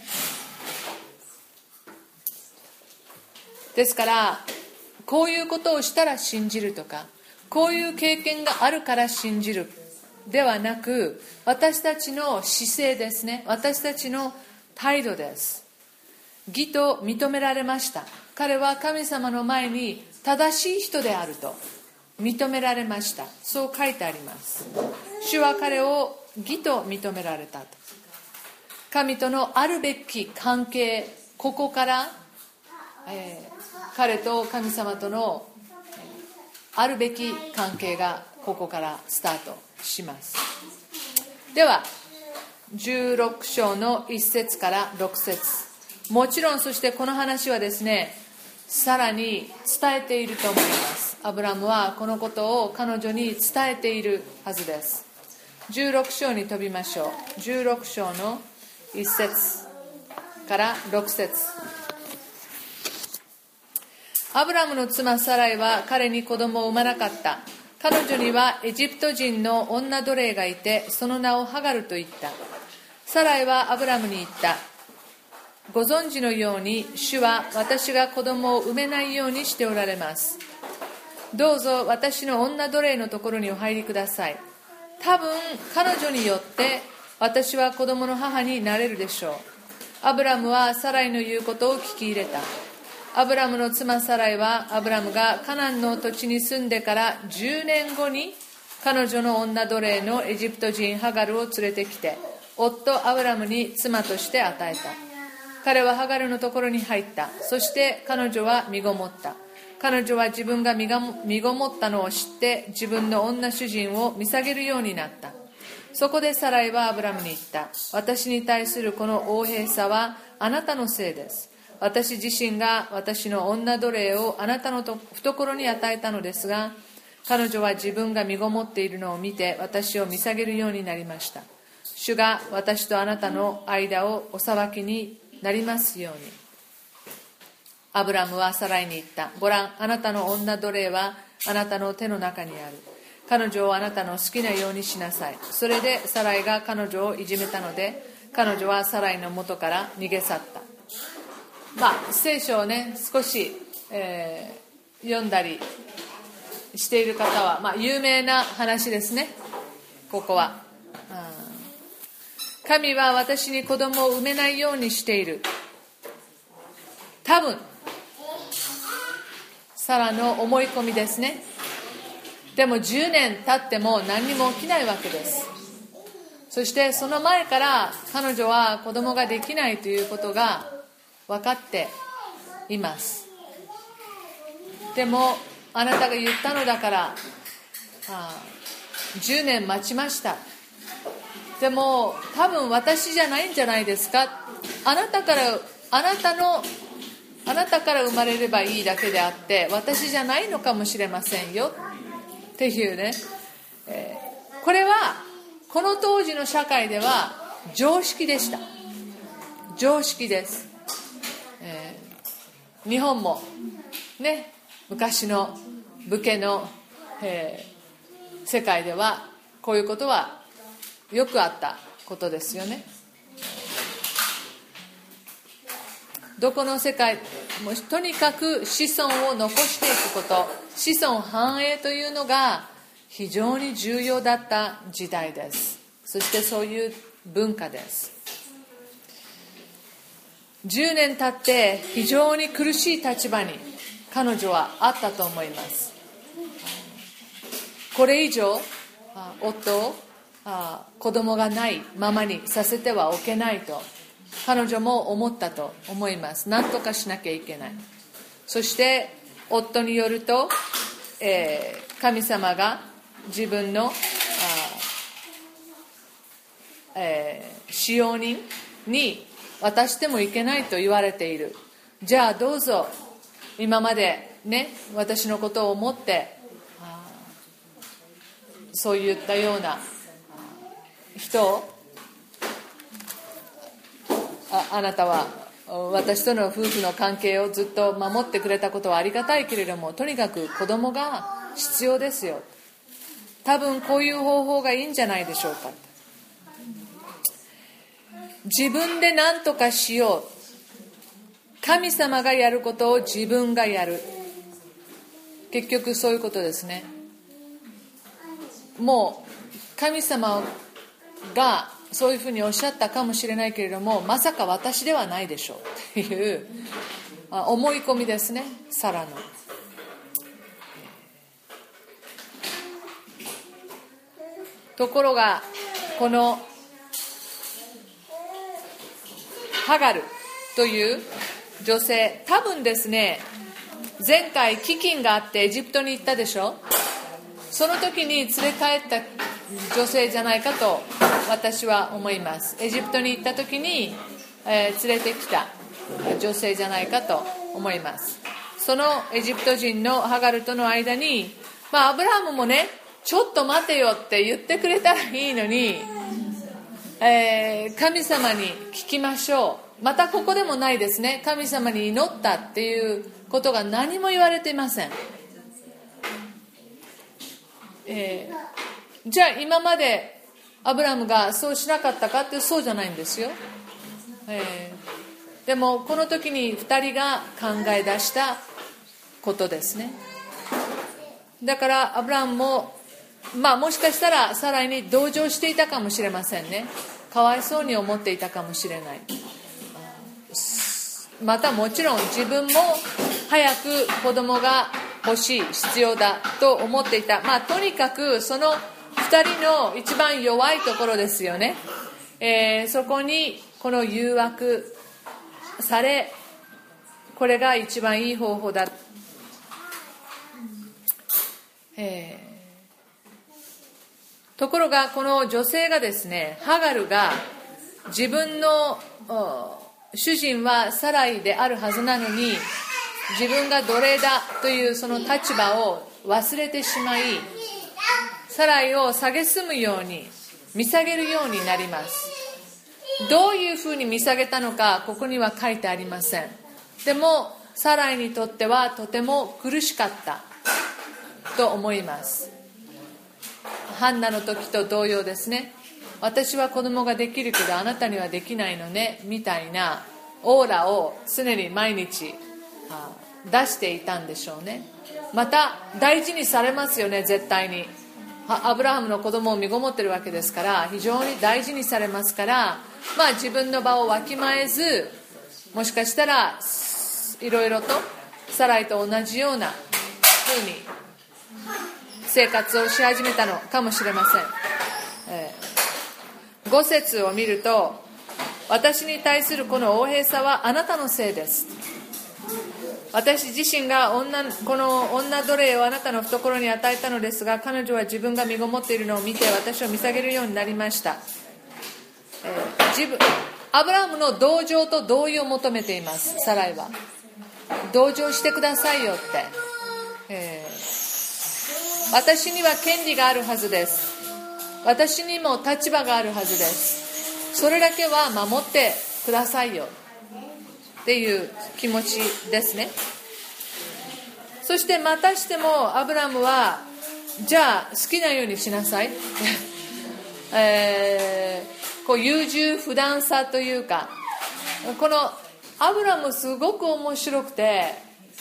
ですからこういうことをしたら信じるとか、こういう経験があるから信じるではなく、私たちの姿勢ですね。私たちの態度です。義と認められました。彼は神様の前に正しい人であると認められました。そう書いてあります。主は彼を義と認められたと。神とのあるべき関係、ここから、彼と神様とのあるべき関係がここからスタートします。では16章の1節から6節、もちろんそしてこの話はですね、さらに伝えていると思います。アブラムはこのことを彼女に伝えているはずです。16章に飛びましょう。16章の1節から6節。アブラムの妻サライは彼に子供を産まなかった。彼女にはエジプト人の女奴隷がいて、その名をハガルと言った。サライはアブラムに言った。ご存知のように主は私が子供を産めないようにしておられます。どうぞ私の女奴隷のところにお入りください。多分彼女によって私は子供の母になれるでしょう。アブラムはサライの言うことを聞き入れた。アブラムの妻サライはアブラムがカナンの土地に住んでから10年後に彼女の女奴隷のエジプト人ハガルを連れてきて、夫アブラムに妻として与えた。彼はハガルのところに入った。そして彼女は身ごもった。彼女は自分が身ごもったのを知って自分の女主人を見下げるようになった。そこでサライはアブラムに言った。私に対するこの横柄さはあなたのせいです。私自身が私の女奴隷をあなたの懐に与えたのですが、彼女は自分が身ごもっているのを見て私を見下げるようになりました。主が私とあなたの間をお裁きになりますように。アブラムはサライに言った。ご覧、あなたの女奴隷はあなたの手の中にある。彼女をあなたの好きなようにしなさい。それでサライが彼女をいじめたので、彼女はサライの元から逃げ去った。聖書をね少し、読んだりしている方は、有名な話ですね。ここは、神は私に子供を産めないようにしている。多分サラの思い込みですね。でも10年経っても何にも起きないわけです。そしてその前から彼女は子供ができないということが分かっています。でもあなたが言ったのだから10年待ちました。でも多分私じゃないんじゃないですか。あなたから生まれればいいだけであって私じゃないのかもしれませんよっていうね、これはこの当時の社会では常識でした。常識です。日本もね、昔の武家の、世界ではこういうことはよくあったことですよね。どこの世界もとにかく子孫を残していくこと、子孫繁栄というのが非常に重要だった時代です。そしてそういう文化です。 10年経って非常に苦しい立場に彼女はあったと思います。これ以上夫を子供がないままにさせてはおけないと彼女も思ったと思います。何とかしなきゃいけない。そして夫によると、神様が自分の使用人に渡してもいけないと言われている。じゃあどうぞ今までね、私のことを思ってそういったような人をあなたは私との夫婦の関係をずっと守ってくれたことはありがたいけれども、とにかく子供が必要ですよ。多分こういう方法がいいんじゃないでしょうか。自分で何とかしよう。神様がやることを自分がやる。結局そういうことですね。もう神様がそういうふうにおっしゃったかもしれないけれども、まさか私ではないでしょうっていう思い込みですね、サラの。ところがこのハガルという女性、多分ですね、前回飢饉があってエジプトに行ったでしょ。その時に連れ帰った女性じゃないかと私は思います。エジプトに行った時に、連れてきた女性じゃないかと思います。そのエジプト人のハガルとの間に、アブラハムもね、ちょっと待てよって言ってくれたらいいのに、神様に聞きましょう。またここでもないですね。神様に祈ったっていうことが何も言われていません。じゃあ今までアブラムがそうしなかったかって、そうじゃないんですよ。でもこの時に2人が考え出したことですね。だからアブラムももしかしたらサライに同情していたかもしれませんね。かわいそうに思っていたかもしれない。またもちろん自分も早く子供が欲しい、必要だと思っていた。とにかくその2人の一番弱いところですよね。そこにこの誘惑され、これが一番いい方法だ。ところがこの女性がですね、ハガルが自分の主人はサライであるはずなのに、自分が奴隷だというその立場を忘れてしまい、サライを蔑むように見下げるようになります。どういうふうに見下げたのかここには書いてありません。でもサライにとってはとても苦しかったと思います。ハンナの時と同様ですね。私は子供ができるけどあなたにはできないのねみたいなオーラを常に毎日出していたんでしょうね。また大事にされますよね。絶対にアブラハムの子供を身ごもってるわけですから、非常に大事にされますから、自分の場をわきまえず、もしかしたらいろいろとサライと同じような風に生活をし始めたのかもしれません。5節を見ると、私に対するこの横柄さはあなたのせいです。私自身がこの女奴隷をあなたの懐に与えたのですが、彼女は自分が身ごもっているのを見て私を見下げるようになりました。アブラハムの同情と同意を求めています。サライは同情してくださいよって、私には権利があるはずです。私にも立場があるはずです。それだけは守ってくださいよっていう気持ちですね。そしてまたしてもアブラムは、じゃあ好きなようにしなさいこう優柔不断さというか、このアブラムすごく面白くて、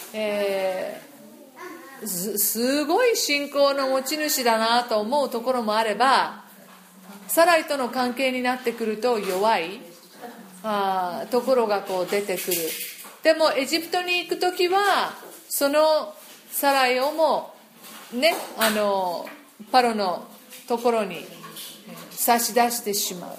すごい信仰の持ち主だなと思うところもあれば、サライとの関係になってくると弱い、 ところがこう出てくる。でもエジプトに行くときはそのサライをもね、パロのところに差し出してしまう。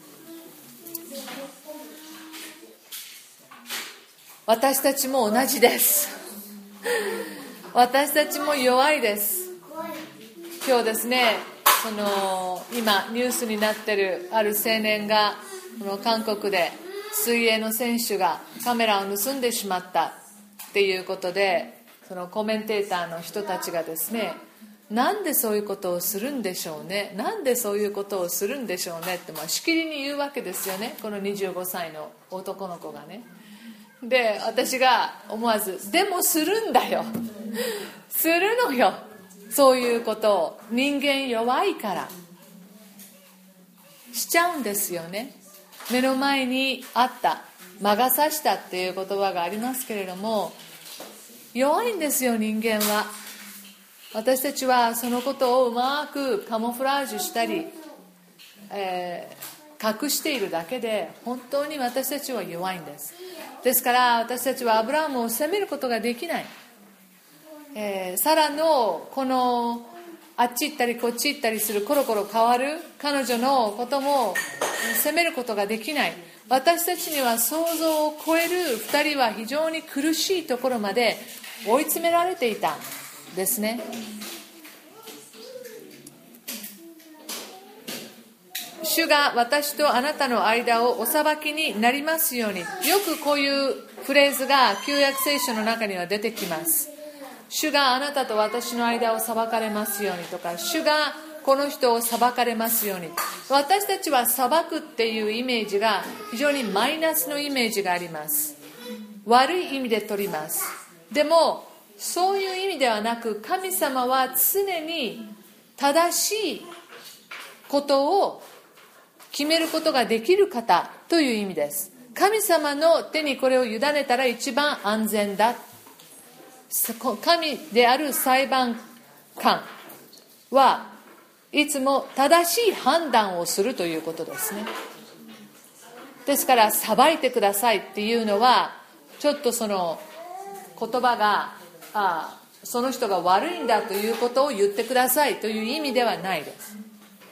私たちも同じです。私たちも弱いです。今日ですね、今ニュースになってるある青年がこの韓国で水泳の選手がカメラを盗んでしまったっていうことで、そのコメンテーターの人たちがですね、なんでそういうことをするんでしょうね、なんでそういうことをするんでしょうねって、しきりに言うわけですよね、この25歳の男の子がね。で、私が思わず、でもするんだよするのよ、そういうことを。人間弱いからしちゃうんですよね。目の前にあった、魔が差したっていう言葉がありますけれども、弱いんですよ、人間は。私たちはそのことをうまくカモフラージュしたり、隠しているだけで、本当に私たちは弱いんです。ですから私たちはアブラハムを責めることができない。サラのこのあっち行ったりこっち行ったりする、コロコロ変わる彼女のことも責めることができない。私たちには想像を超える、2人は非常に苦しいところまで追い詰められていたんですね。主が私とあなたの間をお裁きになりますように。よくこういうフレーズが旧約聖書の中には出てきます。主があなたと私の間を裁かれますようにとか、主がこの人を裁かれますように。私たちは裁くっていうイメージが非常にマイナスのイメージがあります。悪い意味で取ります。でもそういう意味ではなく、神様は常に正しいことを決めることができる方という意味です。神様の手にこれを委ねたら一番安全だ。神である裁判官はいつも正しい判断をするということですね。ですから裁いてくださいっていうのは、ちょっとその言葉がその人が悪いんだということを言ってくださいという意味ではないです。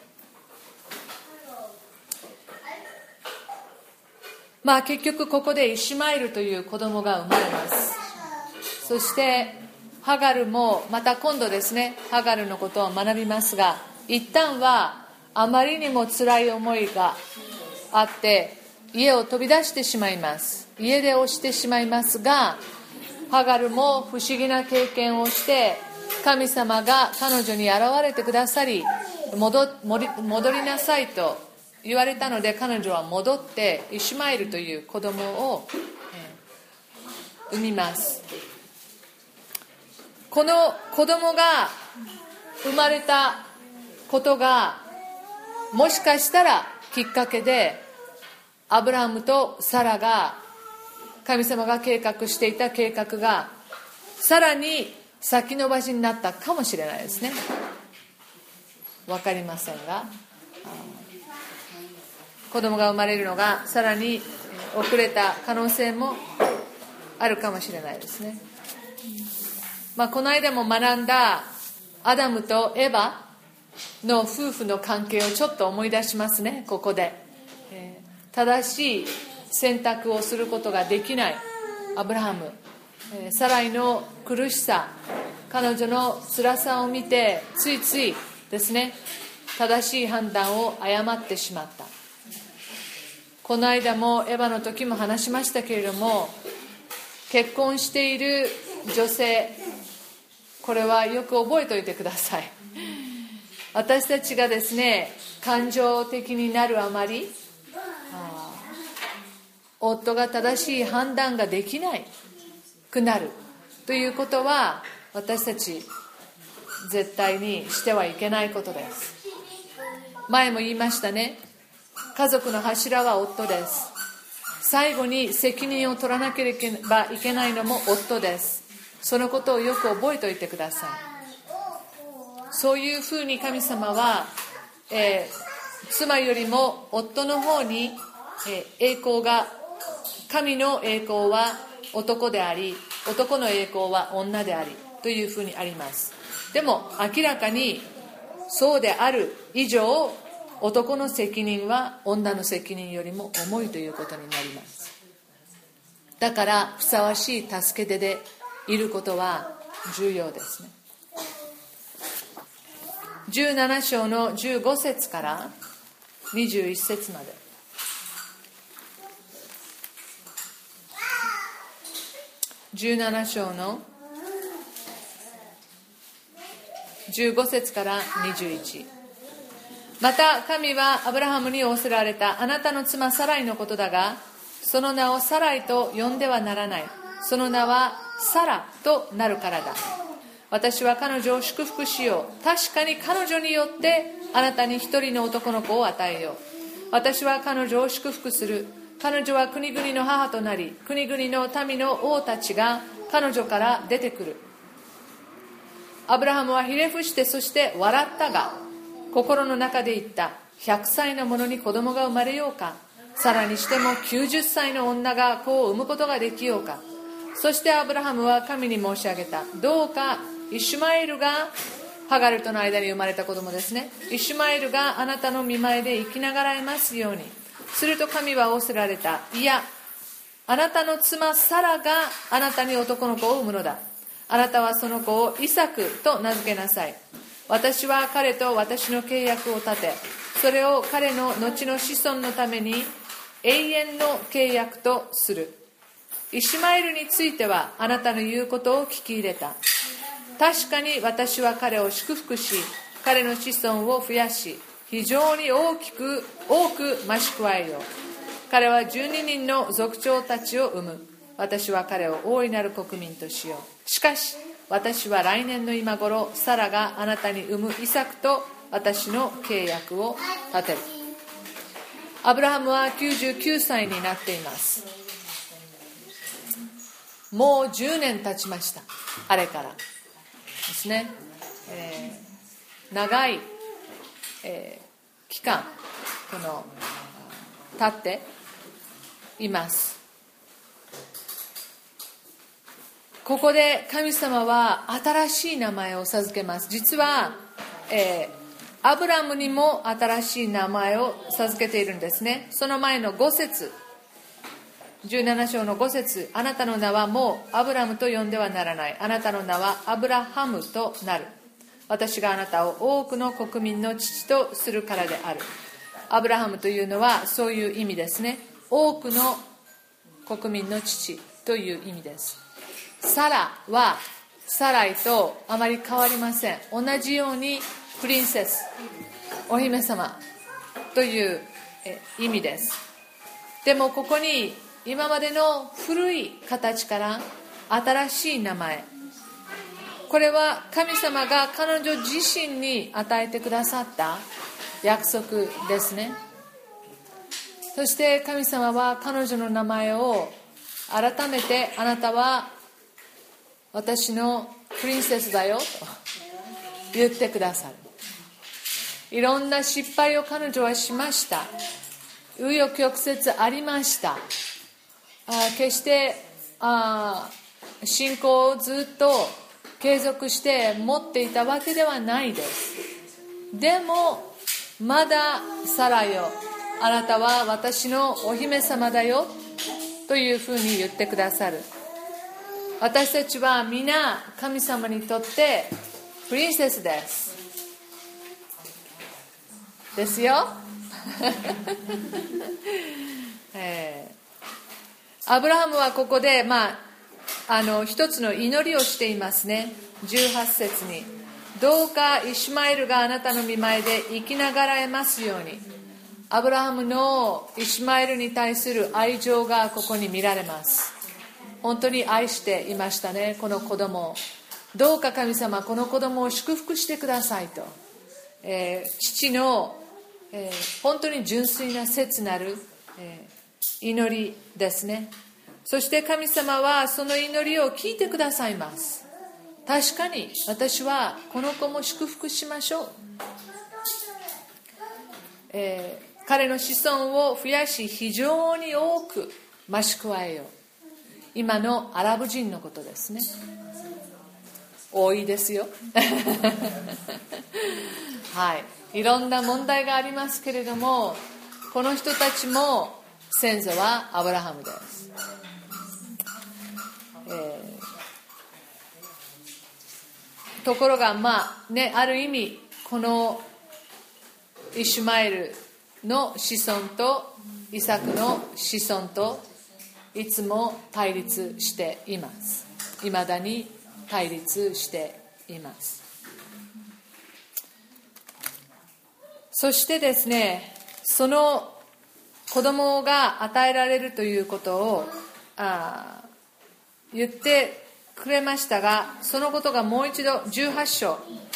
結局ここでイシュマエルという子供が生まれます。そしてハガルもまた今度ですね、ハガルのことを学びますが、一旦はあまりにも辛い思いがあって家を飛び出してしまいます。家出をしてしまいますが、ハガルも不思議な経験をして、神様が彼女に現れてくださり、戻りなさいと言われたので、彼女は戻ってイシュマエルという子供を産みます。この子供が生まれたことがもしかしたらきっかけで、アブラハムとサラが神様が計画していた計画がさらに先延ばしになったかもしれないですね。わかりませんが、子供が生まれるのがさらに遅れた可能性もあるかもしれないですね。この間も学んだアダムとエバの夫婦の関係をちょっと思い出しますね。ここで、正しい選択をすることができないアブラハム、サライの苦しさ、彼女の辛さを見てついついですね、正しい判断を誤ってしまった。この間もエヴァの時も話しましたけれども、結婚している女性、これはよく覚えておいてください。私たちがですね、感情的になるあまり、夫が正しい判断ができないくなるということは、私たち絶対にしてはいけないことです。前も言いましたね。家族の柱は夫です。最後に責任を取らなければいけないのも夫です。そのことをよく覚えておいてください。そういうふうに神様は、妻よりも夫の方に栄光が、神の栄光は男であり、男の栄光は女でありというふうにあります。でも明らかにそうである以上、男の責任は女の責任よりも重いということになります。だからふさわしい助け手でいることは重要ですね。17章の15節から21節まで。17章の15節から21。また神はアブラハムに仰せられた。あなたの妻サライのことだが、その名をサライと呼んではならない。その名はサラとなるからだ。私は彼女を祝福しよう。確かに彼女によってあなたに一人の男の子を与えよう。私は彼女を祝福する。彼女は国々の母となり、国々の民の王たちが彼女から出てくる。アブラハムはひれ伏して、そして笑ったが、心の中で言った。100歳の者に子供が生まれようか。さらにしても90歳の女が子を産むことができようか。そしてアブラハムは神に申し上げた。どうかイシュマエルが、ハガルとの間に生まれた子供ですね。イシュマエルがあなたの御前で生きながらえますように。すると神は仰せられた。いや、あなたの妻サラがあなたに男の子を産むのだ。あなたはその子をイサクと名付けなさい。私は彼と私の契約を立て、それを彼の後の子孫のために永遠の契約とする。イシュマエルについてはあなたの言うことを聞き入れた。確かに私は彼を祝福し、彼の子孫を増やし、非常に多く増し加えよう。彼は12人の族長たちを生む。私は彼を大いなる国民としよう。しかし私は来年の今頃、サラがあなたに産むイサクと私の契約を立てる。アブラハムは99歳になっています。もう10年経ちました。あれからですね。長い、期間経っています。ここで神様は新しい名前を授けます。実は、アブラムにも新しい名前を授けているんですね。その前の5節、17章の5節、あなたの名はもうアブラムと呼んではならない。あなたの名はアブラハムとなる。私があなたを多くの国民の父とするからである。アブラハムというのはそういう意味ですね。多くの国民の父という意味です。サラはサライとあまり変わりません。同じようにプリンセス、お姫様という意味です。でもここに今までの古い形から新しい名前、これは神様が彼女自身に与えてくださった約束ですね。そして神様は彼女の名前を改めて、あなたは私のプリンセスだよと言ってくださる。いろんな失敗を彼女はしました。紆余曲折ありました。決して信仰をずっと継続して持っていたわけではないです。でもまだサラよ、あなたは私のお姫様だよというふうに言ってくださる。私たちは皆神様にとってプリンセスですよアブラハムはここで、一つの祈りをしていますね。18節に、どうかイシュマエルがあなたの御前で生きながらえますように。アブラハムのイシュマエルに対する愛情がここに見られます。本当に愛していましたね、この子供を。どうか神様、この子供を祝福してくださいと、父の、本当に純粋な切なる、祈りですね。そして神様はその祈りを聞いてくださいます。確かに私はこの子も祝福しましょう、 彼の子孫を増やし非常に多く増し加えよう。今のアラブ人のことですね。多いですよはい、いろんな問題がありますけれども、この人たちも先祖はアブラハムです。ところがある意味このイシュマエルの子孫とイサクの子孫といつも対立しています。いまだに対立しています。そしてですね、その子供が与えられるということを言ってくれましたが、そのことがもう一度18章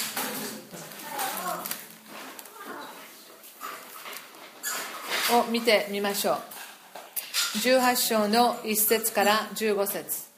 を見てみましょう。18章の1節から15節。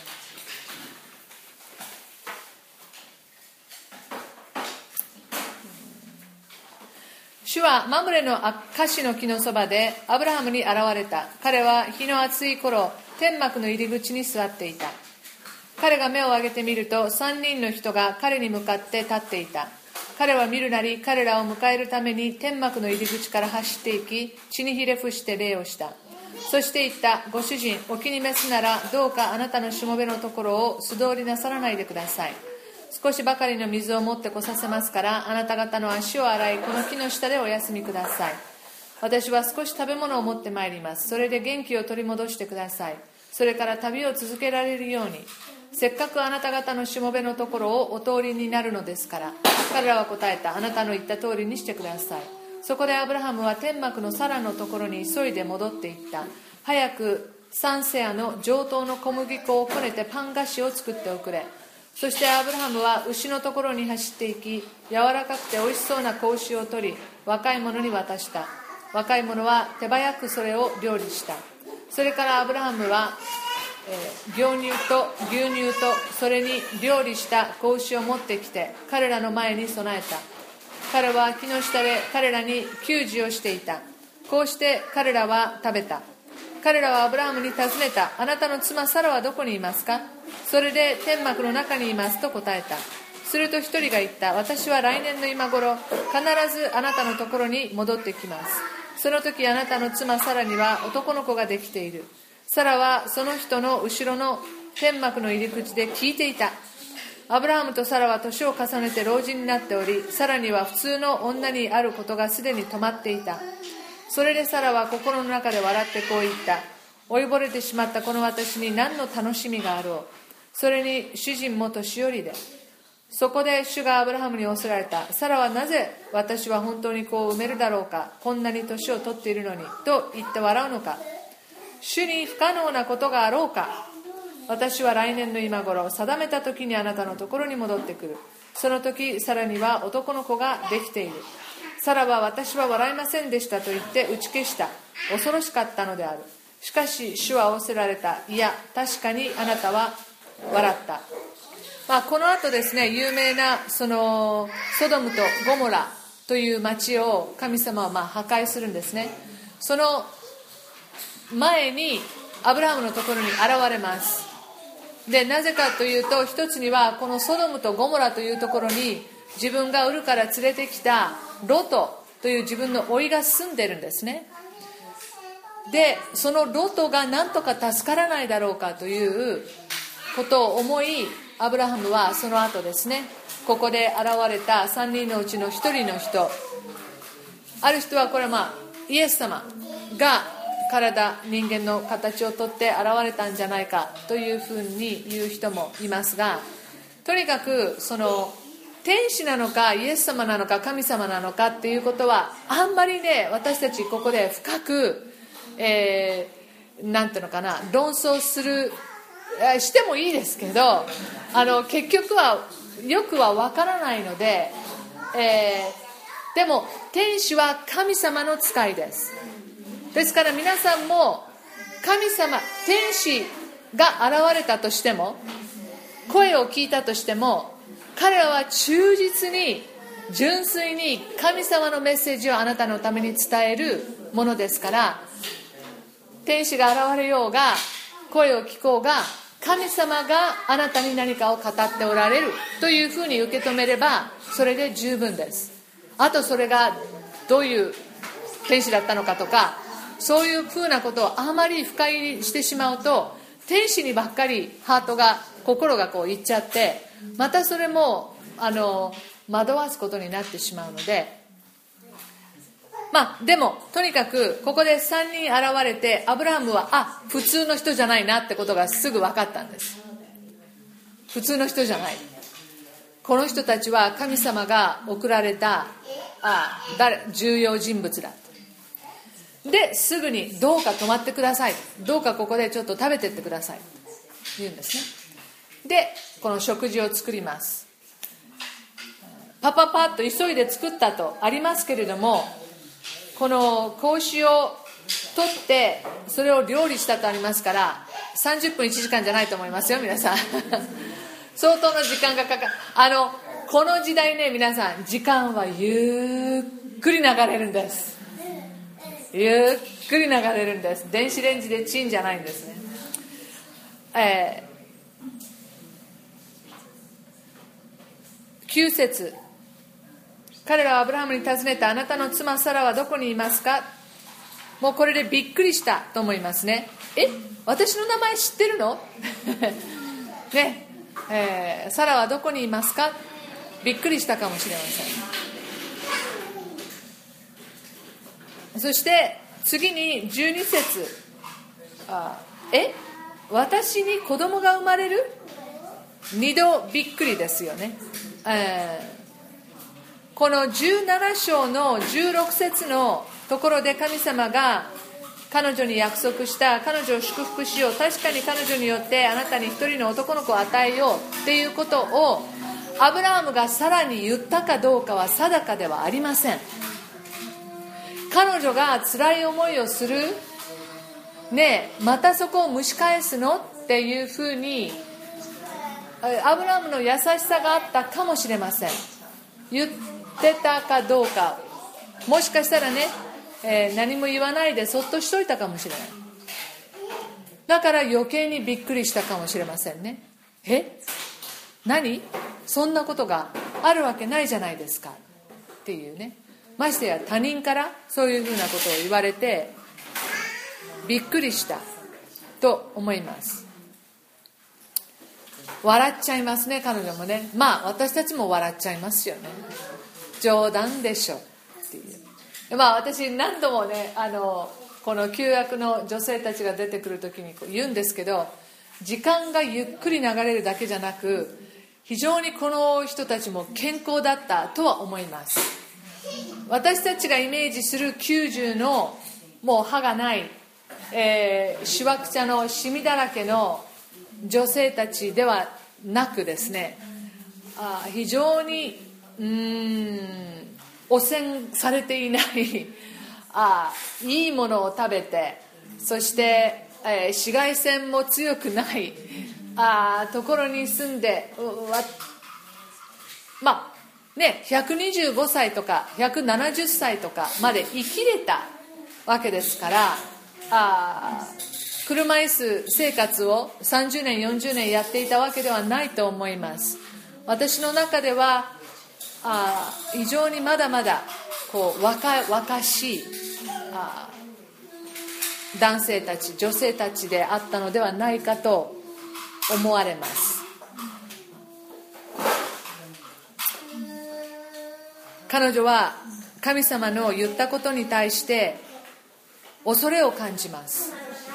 主はマムレのアカシの木のそばでアブラハムに現れた。彼は日の暑い頃、天幕の入り口に座っていた。彼が目を上げてみると、3人の人が彼に向かって立っていた。彼は見るなり、彼らを迎えるために天幕の入り口から走っていき、地にひれ伏して礼をした。そして言った。ご主人、お気に召すなら、どうかあなたのしもべのところを素通りなさらないでください。少しばかりの水を持ってこさせますから、あなた方の足を洗い、この木の下でお休みください。私は少し食べ物を持ってまいります。それで元気を取り戻してください。それから旅を続けられるように、せっかくあなた方のしもべのところをお通りになるのですから。彼らは答えた。あなたの言った通りにしてください。そこでアブラハムは天幕のサラのところに急いで戻っていった。早く3セアの上等の小麦粉をこねてパン菓子を作っておくれ。そしてアブラハムは牛のところに走っていき、柔らかくておいしそうな子牛を取り、若い者に渡した。若い者は手早くそれを料理した。それからアブラハムは牛乳と牛乳とそれに料理した子牛を持ってきて彼らの前に備えた。彼は木の下で彼らに給仕をしていた。こうして彼らは食べた。彼らはアブラハムに尋ねた。あなたの妻サラはどこにいますか。それで天幕の中にいますと答えた。すると一人が言った。私は来年の今頃必ずあなたのところに戻ってきます。その時あなたの妻サラには男の子ができている。サラはその人の後ろの天幕の入り口で聞いていた。アブラハムとサラは年を重ねて老人になっており、サラには普通の女にあることがすでに止まっていた。それでサラは心の中で笑ってこう言った。老いぼれてしまったこの私に何の楽しみがあろう。それに主人も年寄りで。そこで主がアブラハムに仰せられた。サラはなぜ私は本当に子を産めるだろうか。こんなに年を取っているのに。と言って笑うのか。主に不可能なことがあろうか。私は来年の今頃定めた時にあなたのところに戻ってくる。その時サラには男の子ができている。サラは私は笑いませんでしたと言って打ち消した。恐ろしかったのである。しかし主は仰せられた。いや確かにあなたは笑った。この後ですね、有名なそのソドムとゴモラという町を神様は破壊するんですね。その前にアブラハムのところに現れます。でなぜかというと、一つにはこのソドムとゴモラというところに自分がウルから連れてきたロトという自分の甥が住んでるんですね。でそのロトが何とか助からないだろうかということを思い、アブラハムはその後ですね、ここで現れた3人のうちの1人の人、ある人はこれはイエス様が人間の形をとって現れたんじゃないかというふうに言う人もいますが、とにかくその天使なのかイエス様なのか神様なのかっていうことはあんまりね、私たちここで深く、なんていうのかな、論争してもいいですけど、結局はよくは分からないので、でも天使は神様の使いです。ですから皆さんも神様、天使が現れたとしても、声を聞いたとしても、彼らは忠実に純粋に神様のメッセージをあなたのために伝えるものですから、天使が現れようが声を聞こうが、神様があなたに何かを語っておられるというふうに受け止めればそれで十分です。あとそれがどういう天使だったのかとか、そういうふうなことをあまり深入りしてしまうと、天使にばっかり心がこういっちゃって、またそれも惑わすことになってしまうので、でもとにかくここで3人現れて、アブラハムは普通の人じゃないなってことがすぐ分かったんです。普通の人じゃない、この人たちは神様が送られた重要人物だ。ですぐにどうか泊まってください、どうかここでちょっと食べてってくださいと言うんですね。でこの食事を作ります。パッと急いで作ったとありますけれども、この子牛を取ってそれを料理したとありますから、30分1時間じゃないと思いますよ皆さん相当の時間がかかる。この時代ね、皆さん時間はゆっくり流れるんです。ゆっくり流れるんです。電子レンジでチンじゃないんですね。9節、彼らはアブラハムに尋ねた。あなたの妻サラはどこにいますか。もうこれでびっくりしたと思いますね。私の名前知ってるのね、サラはどこにいますか。びっくりしたかもしれません。そして次に12節、私に子供が生まれる。2度びっくりですよね。この17章の16節のところで神様が彼女に約束した、彼女を祝福しよう、確かに彼女によってあなたに一人の男の子を与えようっていうことをアブラハムがさらに言ったかどうかは定かではありません。彼女が辛い思いをするねえ、またそこを蒸し返すのっていうふうにアブラハムの優しさがあったかもしれません。言ってたかどうか、もしかしたらね、何も言わないでそっとしといたかもしれない。だから余計にびっくりしたかもしれませんね。何、そんなことがあるわけないじゃないですかっていうね。ましてや他人からそういうふうなことを言われてびっくりしたと思います。笑っちゃいますね、彼女もね。私たちも笑っちゃいますよね。冗談でしょっていう。私何度もね、この旧約の女性たちが出てくるときに言うんですけど、時間がゆっくり流れるだけじゃなく、非常にこの人たちも健康だったとは思います。私たちがイメージする90のもう歯がない、しわくちゃのシミだらけの女性たちではなくですね、非常に汚染されていないいいものを食べて、そして、紫外線も強くないところに住んで、125歳とか170歳とかまで生きれたわけですから、車椅子生活を30年40年やっていたわけではないと思います。私の中では非常にまだまだ若しい男性たち女性たちであったのではないかと思われます。彼女は神様の言ったことに対して恐れを感じます。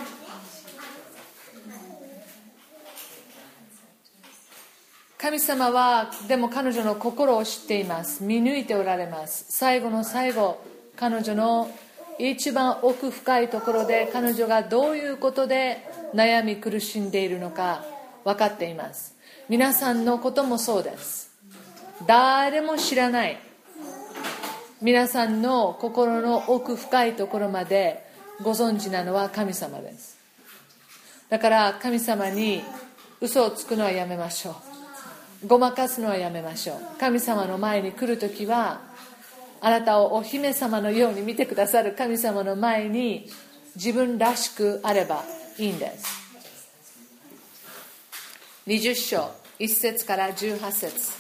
神様はでも彼女の心を知っています。見抜いておられます。最後の最後、彼女の一番奥深いところで彼女がどういうことで悩み苦しんでいるのか分かっています。皆さんのこともそうです。誰も知らない皆さんの心の奥深いところまでご存知なのは神様です。だから神様に嘘をつくのはやめましょう。 ごまかすのはやめましょう。神様の前に来るときは、あなたをお姫様のように見てくださる神様の前に自分らしくあればいいんです。20章1節から18節、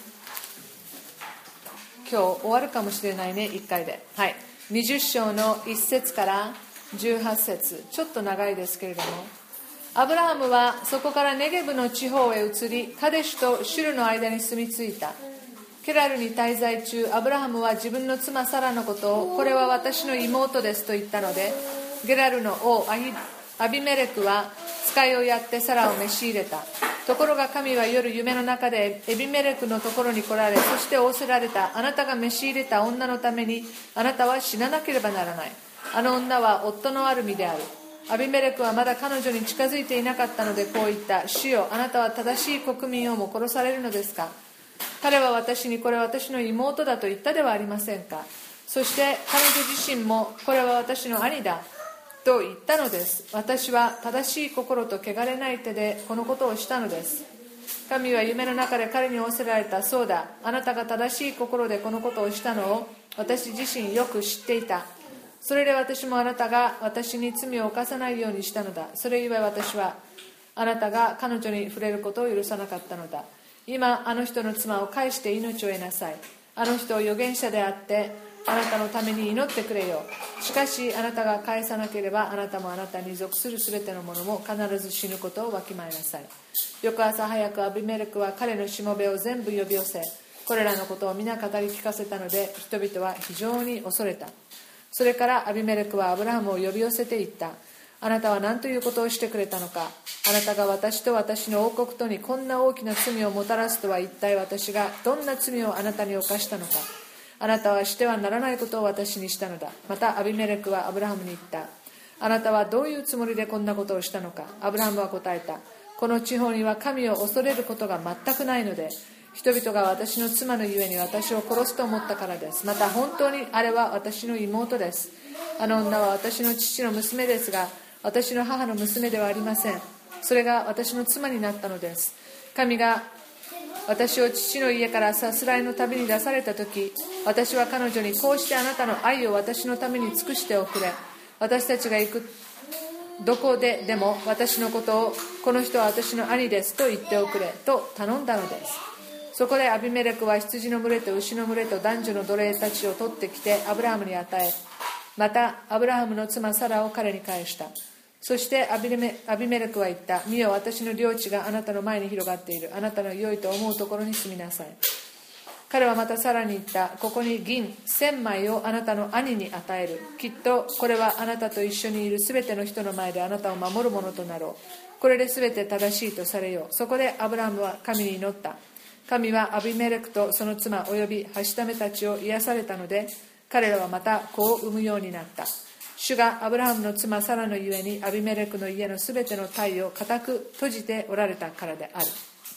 今日終わるかもしれないね、1回で。はい、20章の1節から18節、ちょっと長いですけれども、アブラハムはそこからネゲブの地方へ移り、カデシュとシュルの間に住み着いた。ケラルに滞在中、アブラハムは自分の妻サラのことを、これは私の妹ですと言ったので、ゲラルの王アビメレクは使いをやってサラを召し入れた。ところが神は夜夢の中でエビメレクのところに来られ、そして仰せられた。あなたが召し入れた女のためにあなたは死ななければならない。あの女は夫のある身である。アビメレクはまだ彼女に近づいていなかったのでこう言った。主よ、あなたは正しい国民をも殺されるのですか。彼は私に、これは私の妹だと言ったではありませんか。そして彼女自身も、これは私の兄だと言ったのです。私は正しい心と汚れない手でこのことをしたのです。神は夢の中で彼に仰せられた。そうだ、あなたが正しい心でこのことをしたのを私自身よく知っていた。それで私もあなたが私に罪を犯さないようにしたのだ。それゆえ私はあなたが彼女に触れることを許さなかったのだ。今あの人の妻を返して命を得なさい。あの人を預言者であってあなたのために祈ってくれよ。しかしあなたが返さなければ、あなたもあなたに属するすべてのものも必ず死ぬことをわきまえなさい。翌朝早くアビメレクは彼のしもべを全部呼び寄せ、これらのことを皆語り聞かせたので、人々は非常に恐れた。それからアビメレクはアブラハムを呼び寄せていった。あなたは何ということをしてくれたのか。あなたが私と私の王国とにこんな大きな罪をもたらすとは、一体私がどんな罪をあなたに犯したのか。あなたはしてはならないことを私にしたのだ。またアビメレクはアブラハムに言った。あなたはどういうつもりでこんなことをしたのか。アブラハムは答えた。この地方には神を恐れることが全くないので、人々が私の妻のゆえに私を殺すと思ったからです。また本当にあれは私の妹です。あの女は私の父の娘ですが、私の母の娘ではありません。それが私の妻になったのです。神が私を父の家からさすらいの旅に出されたとき、私は彼女に、こうしてあなたの愛を私のために尽くしておくれ。私たちが行くどこででも私のことを、この人は私の兄ですと言っておくれと頼んだのです。そこでアビメレクは羊の群れと牛の群れと男女の奴隷たちを取ってきてアブラハムに与え、またアブラハムの妻サラを彼に返した。そしてアビメレクは言った。見よ、私の領地があなたの前に広がっている。あなたの良いと思うところに住みなさい。彼はまたさらに言った。ここに銀1000枚をあなたの兄に与える。きっとこれはあなたと一緒にいるすべての人の前であなたを守るものとなろう。これで全て正しいとされよう。そこでアブラハムは神に祈った。神はアビメレクとその妻およびはしためたちを癒されたので、彼らはまた子を産むようになった。主がアブラハムの妻サラのゆえにアビメレクの家のすべての体を固く閉じておられたからである。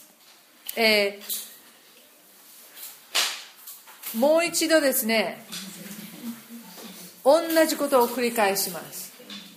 もう一度ですね、同じことを繰り返します。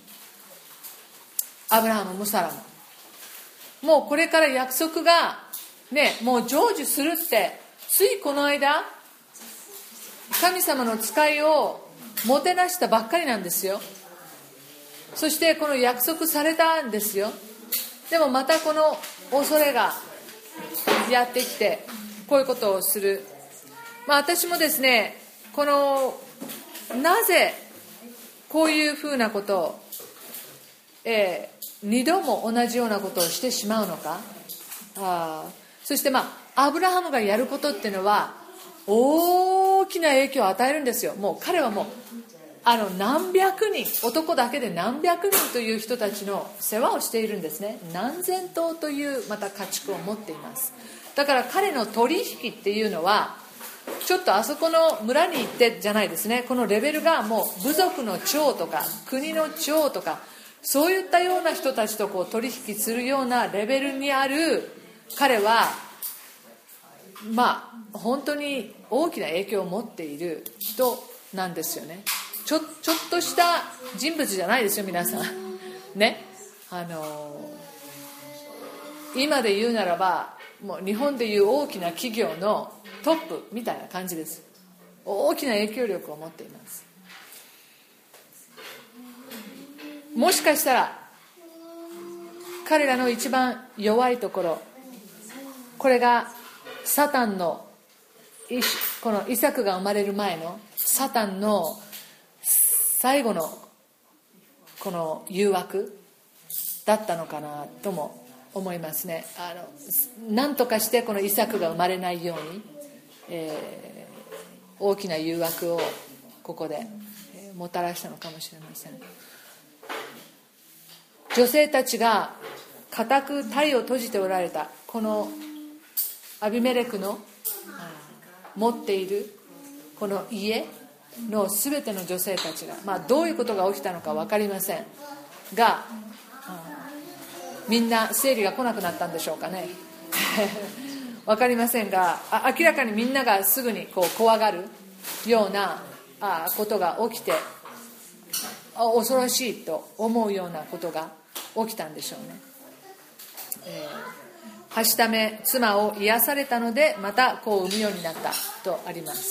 アブラハムもサラも。もうこれから約束がね、もう成就するって、ついこの間神様の使いをもてなしたばっかりなんですよ。そしてこの約束されたんですよ。でもまたこの恐れがやってきて、こういうことをする。私もですね、このなぜこういうふうなことを、2度も同じようなことをしてしまうのか。そしてアブラハムがやることっていうのは大きな影響を与えるんですよ。もう彼はもう何百人、男だけで何百人という人たちの世話をしているんですね。何千頭というまた家畜を持っています。だから彼の取引っていうのはちょっとあそこの村に行ってじゃないですね。このレベルがもう部族の長とか国の長とかそういったような人たちとこう取引するようなレベルにある彼は本当に大きな影響を持っている人なんですよね。ちょっとした人物じゃないですよ皆さんね。今で言うならばもう日本でいう大きな企業のトップみたいな感じです。大きな影響力を持っています。もしかしたら彼らの一番弱いところ、これがサタンの、このイサクが生まれる前のサタンの最後のこの誘惑だったのかなとも思いますね。何とかしてこのイサクが生まれないように、大きな誘惑をここでもたらしたのかもしれません。女性たちが固く体を閉じておられたこのアビメレクの持っているこの家のすべての女性たちが、どういうことが起きたのか分かりませんが、みんな生理が来なくなったんでしょうかね分かりませんが、明らかにみんながすぐに怖がるようなことが起きて、恐ろしいと思うようなことが起きたんでしょうね。はしため妻を癒されたのでまた子を産むようになったとあります。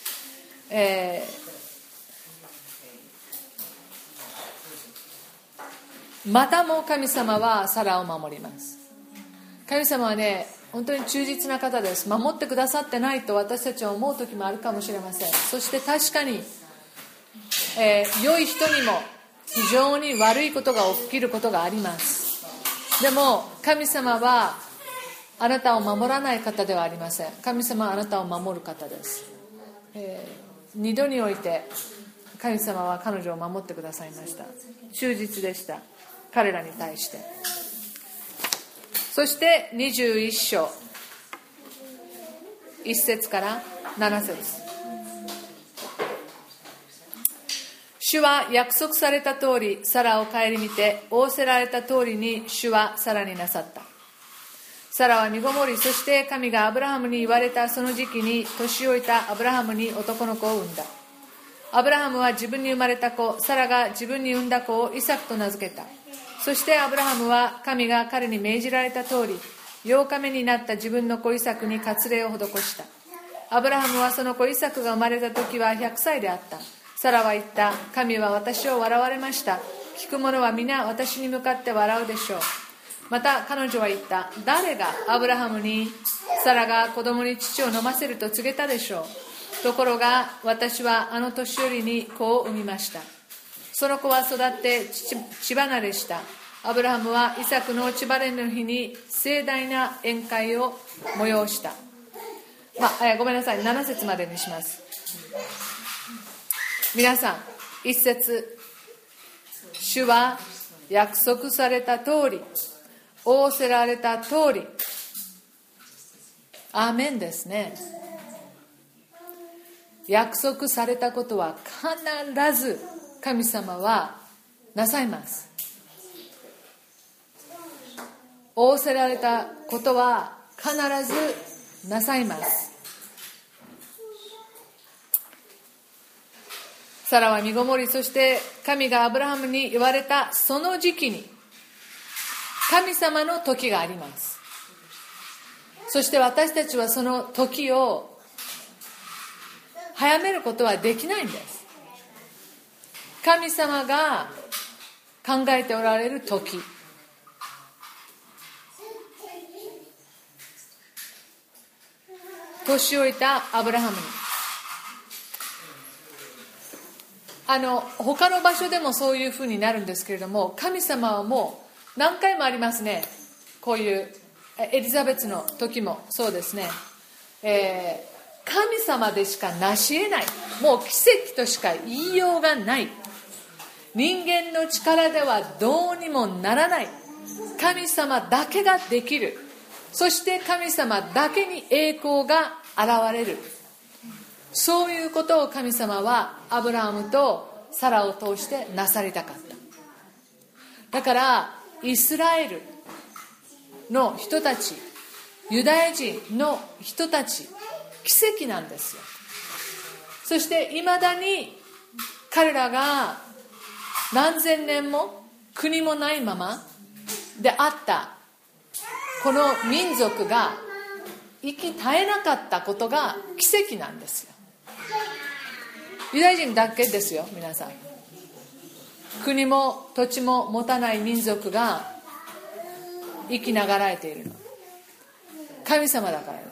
またも神様はサラを守ります。神様はね、本当に忠実な方です。守ってくださってないと私たちは思う時もあるかもしれません。そして確かに、良い人にも非常に悪いことが起きることがあります。でも神様はあなたを守らない方ではありません。神様はあなたを守る方です。2度において神様は彼女を守ってくださいました。忠実でした、彼らに対して。そして21章1節から7節、主は約束された通りサラを顧みて、仰せられた通りに主はサラになさった。サラは身ごもり、そして神がアブラハムに言われたその時期に年老いたアブラハムに男の子を産んだ。アブラハムは自分に生まれた子、サラが自分に産んだ子をイサクと名付けた。そしてアブラハムは神が彼に命じられた通り、8日目になった自分の子イサクに割礼を施した。アブラハムはその子イサクが生まれた時は100歳であった。サラは言った。神は私を笑われました。聞く者は皆私に向かって笑うでしょう。また彼女は言った。誰がアブラハムにサラが子供に乳を飲ませると告げたでしょう。ところが私はあの年寄りに子を産みました。その子は育って乳離れした。アブラハムはイサクの乳離れの日に盛大な宴会を催した。ごめんなさい、7節までにします。皆さん、1節、主は約束された通り、仰せられた通り、アーメンですね。約束されたことは必ず神様はなさいます。仰せられたことは必ずなさいます。サラは身ごもり、そして神がアブラハムに言われたその時期に神様の時があります。そして私たちはその時を早めることはできないんです。神様が考えておられる時、年老いたアブラハムに、他の場所でもそういうふうになるんですけれども、神様はもう何回もありますね。こういうエリザベスの時もそうですね、神様でしか成し得ない、もう奇跡としか言いようがない、人間の力ではどうにもならない、神様だけができる、そして神様だけに栄光が現れる、そういうことを神様はアブラハムとサラを通してなさりたかった。だからイスラエルの人たち、ユダヤ人の人たち、奇跡なんですよ。そしていまだに彼らが何千年も国もないままであったこの民族が息絶えなかったことが奇跡なんですよ。ユダヤ人だけですよ、皆さん。国も土地も持たない民族が生きながらえているの、神様だからです。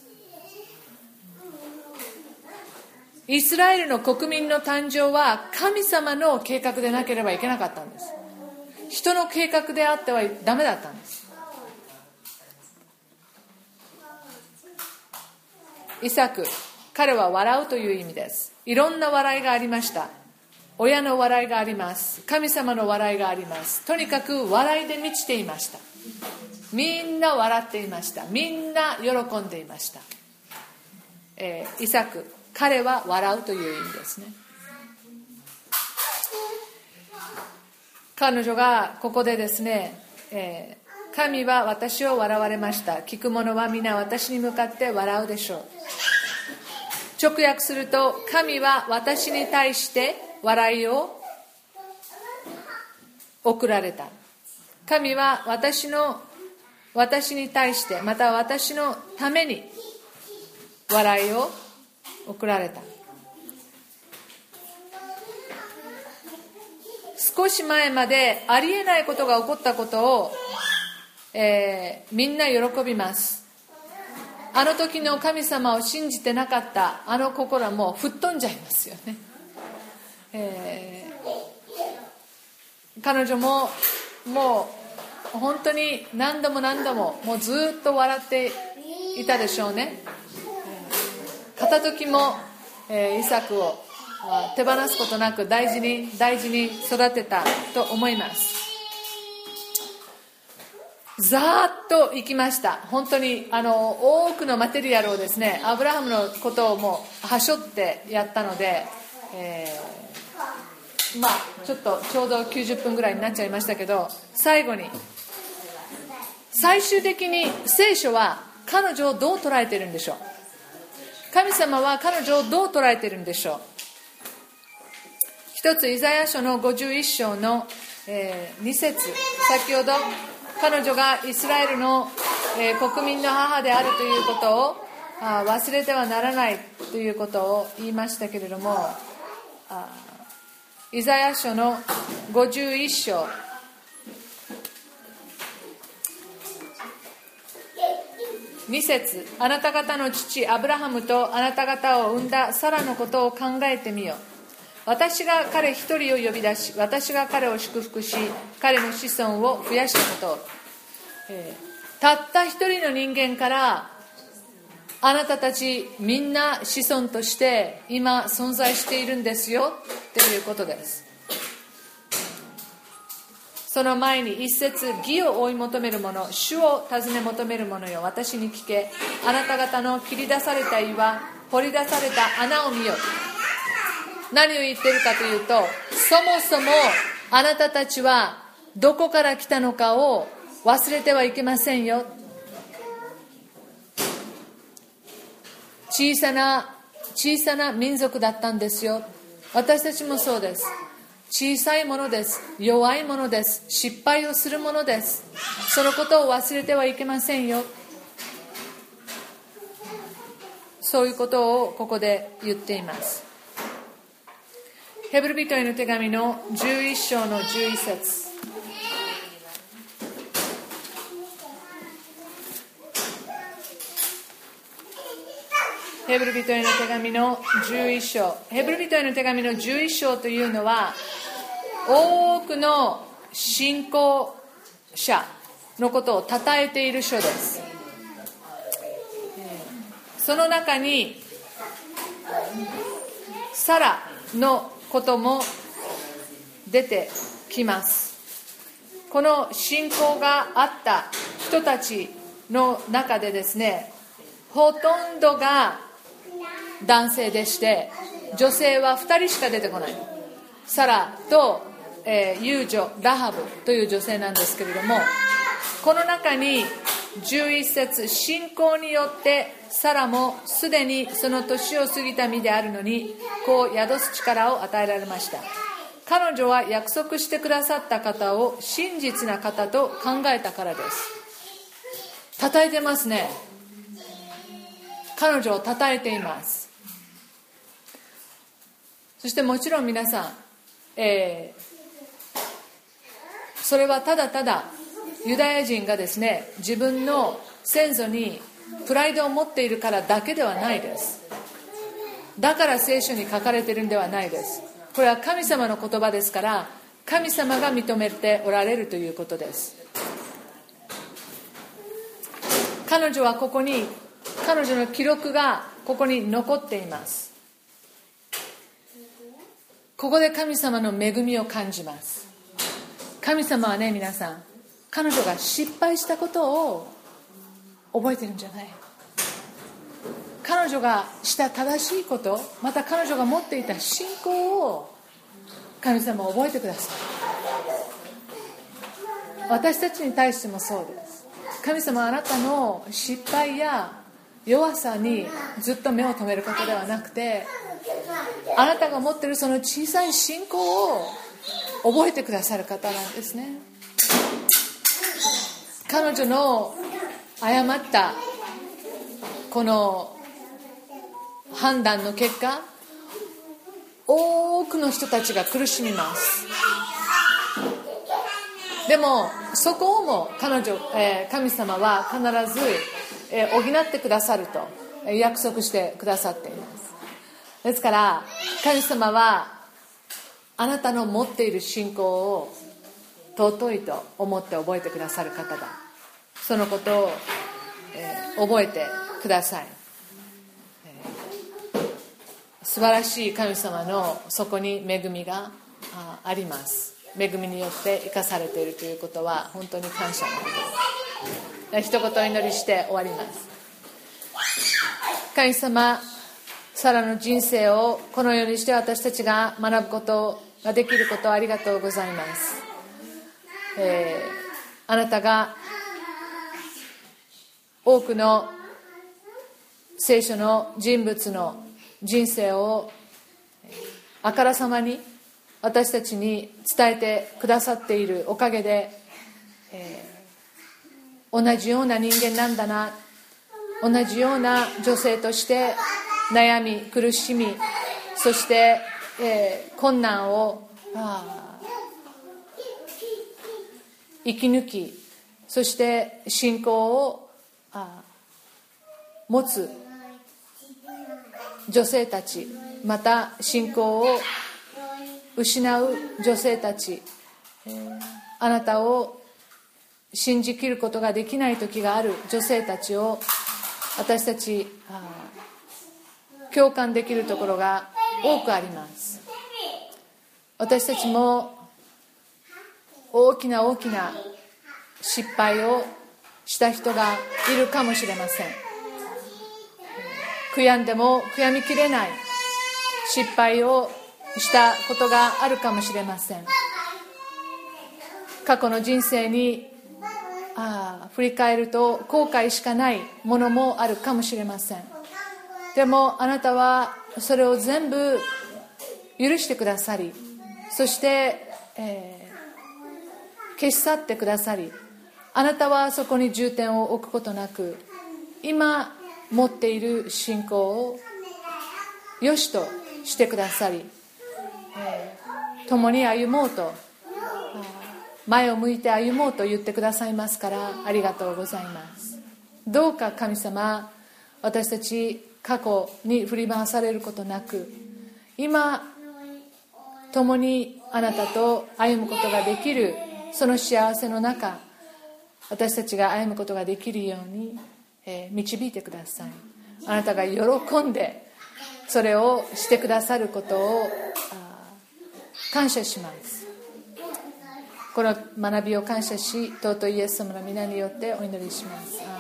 イスラエルの国民の誕生は神様の計画でなければいけなかったんです。人の計画であってはダメだったんです。イサク、彼は笑うという意味です。いろんな笑いがありました。親の笑いがあります。神様の笑いがあります。とにかく笑いで満ちていました。みんな笑っていました。みんな喜んでいました。イサク、彼は笑うという意味ですね。彼女がここでですね、神は私を笑われました。聞く者は皆私に向かって笑うでしょう。直訳すると、神は私に対して笑いを送られた。神は私に対して、また私のために笑いを送られた。少し前までありえないことが起こったことを、みんな喜びます。あの時の神様を信じてなかったあの心はもう吹っ飛んじゃいますよね。彼女ももう本当に何度ももうずっと笑っていたでしょうね。片時も、イサクを手放すことなく大事に育てたと思います。ざーっと行きました。本当に多くのマテリアルをですね、アブラハムのことをもうはしょってやったので、ちょうど90分ぐらいになっちゃいましたけど、最後に最終的に聖書は彼女をどう捉えているんでしょう。神様は彼女をどう捉えているんでしょう。一つ、イザヤ書の51章の、2節、先ほど彼女がイスラエルの、国民の母であるということを忘れてはならないということを言いましたけれども、イザヤ書の51章2節、あなた方の父アブラハムとあなた方を産んだサラのことを考えてみよ。私が彼一人を呼び出し、私が彼を祝福し、彼の子孫を増やしたことを、たった一人の人間からあなたたちみんな子孫として今存在しているんですよということです。その前に一節、義を追い求める者、主を尋ね求める者よ、私に聞け。あなた方の切り出された岩、掘り出された穴を見よ。何を言っているかというと、そもそもあなたたちはどこから来たのかを忘れてはいけませんよ。小さな民族だったんですよ。私たちもそうです。小さいものです。弱いものです。失敗をするものです。そのことを忘れてはいけませんよ。そういうことをここで言っています。ヘブル人への手紙の11章の11節。ヘブル人への手紙の11章。ヘブル人への手紙の11章というのは、多くの信仰者のことを称えている書です。その中にサラのことも出てきます。この信仰があった人たちの中でですね、ほとんどが男性でして、女性は2人しか出てこない。サラと、遊女ラハブという女性なんですけれども、この中に11節、信仰によってサラもすでにその年を過ぎた身であるのに、子を宿す力を与えられました。彼女は約束してくださった方を真実な方と考えたからです。 叩いてますね。彼女を叩いています。そしてもちろん皆さん、それはただただユダヤ人がですね、自分の先祖にプライドを持っているからだけではないです。だから聖書に書かれているんではないです。これは神様の言葉ですから、神様が認めておられるということです。彼女はここに、彼女の記録がここに残っています。ここで神様の恵みを感じます。神様はね、皆さん、彼女が失敗したことを覚えてるんじゃない。彼女がした正しいこと、また彼女が持っていた信仰を神様は覚えてください。私たちに対してもそうです。神様はあなたの失敗や弱さにずっと目を留めることではなくて、あなたが持っているその小さい信仰を覚えてくださる方なんですね。彼女の誤ったこの判断の結果、多くの人たちが苦しみます。でもそこをも神様は必ず補ってくださると約束してくださっています。ですから神様はあなたの持っている信仰を尊いと思って覚えてくださる方だ。そのことを覚えてください。素晴らしい神様のそこに恵みがあります。恵みによって生かされているということは本当に感謝のことです。一言お祈りして終わります。神様、サラの人生をこのようにして私たちが学ぶことができることをありがとうございます。あなたが多くの聖書の人物の人生をあからさまに私たちに伝えてくださっているおかげで、同じような人間なんだな、同じような女性として悩み苦しみ、そして、困難を生き抜き、そして信仰を持つ女性たち、また信仰を失う女性たち、あなたを信じきることができない時がある女性たちを私たち共感できるところが多くあります。私たちも大きな大きな失敗をした人がいるかもしれません。悔やんでも悔やみきれない失敗をしたことがあるかもしれません。過去の人生に振り返ると後悔しかないものもあるかもしれません。でもあなたはそれを全部許してくださり、そして、消し去ってくださり、あなたはそこに重点を置くことなく、今持っている信仰をよしとしてくださり、共に歩もうと、前を向いて歩もうと言ってくださいますから、ありがとうございます。どうか神様、私たち過去に振り回されることなく、今共にあなたと歩むことができるその幸せの中、私たちが歩むことができるように導いてください。あなたが喜んでそれをしてくださることを感謝します。この学びを感謝し、尊いイエス様の皆によってお祈りします。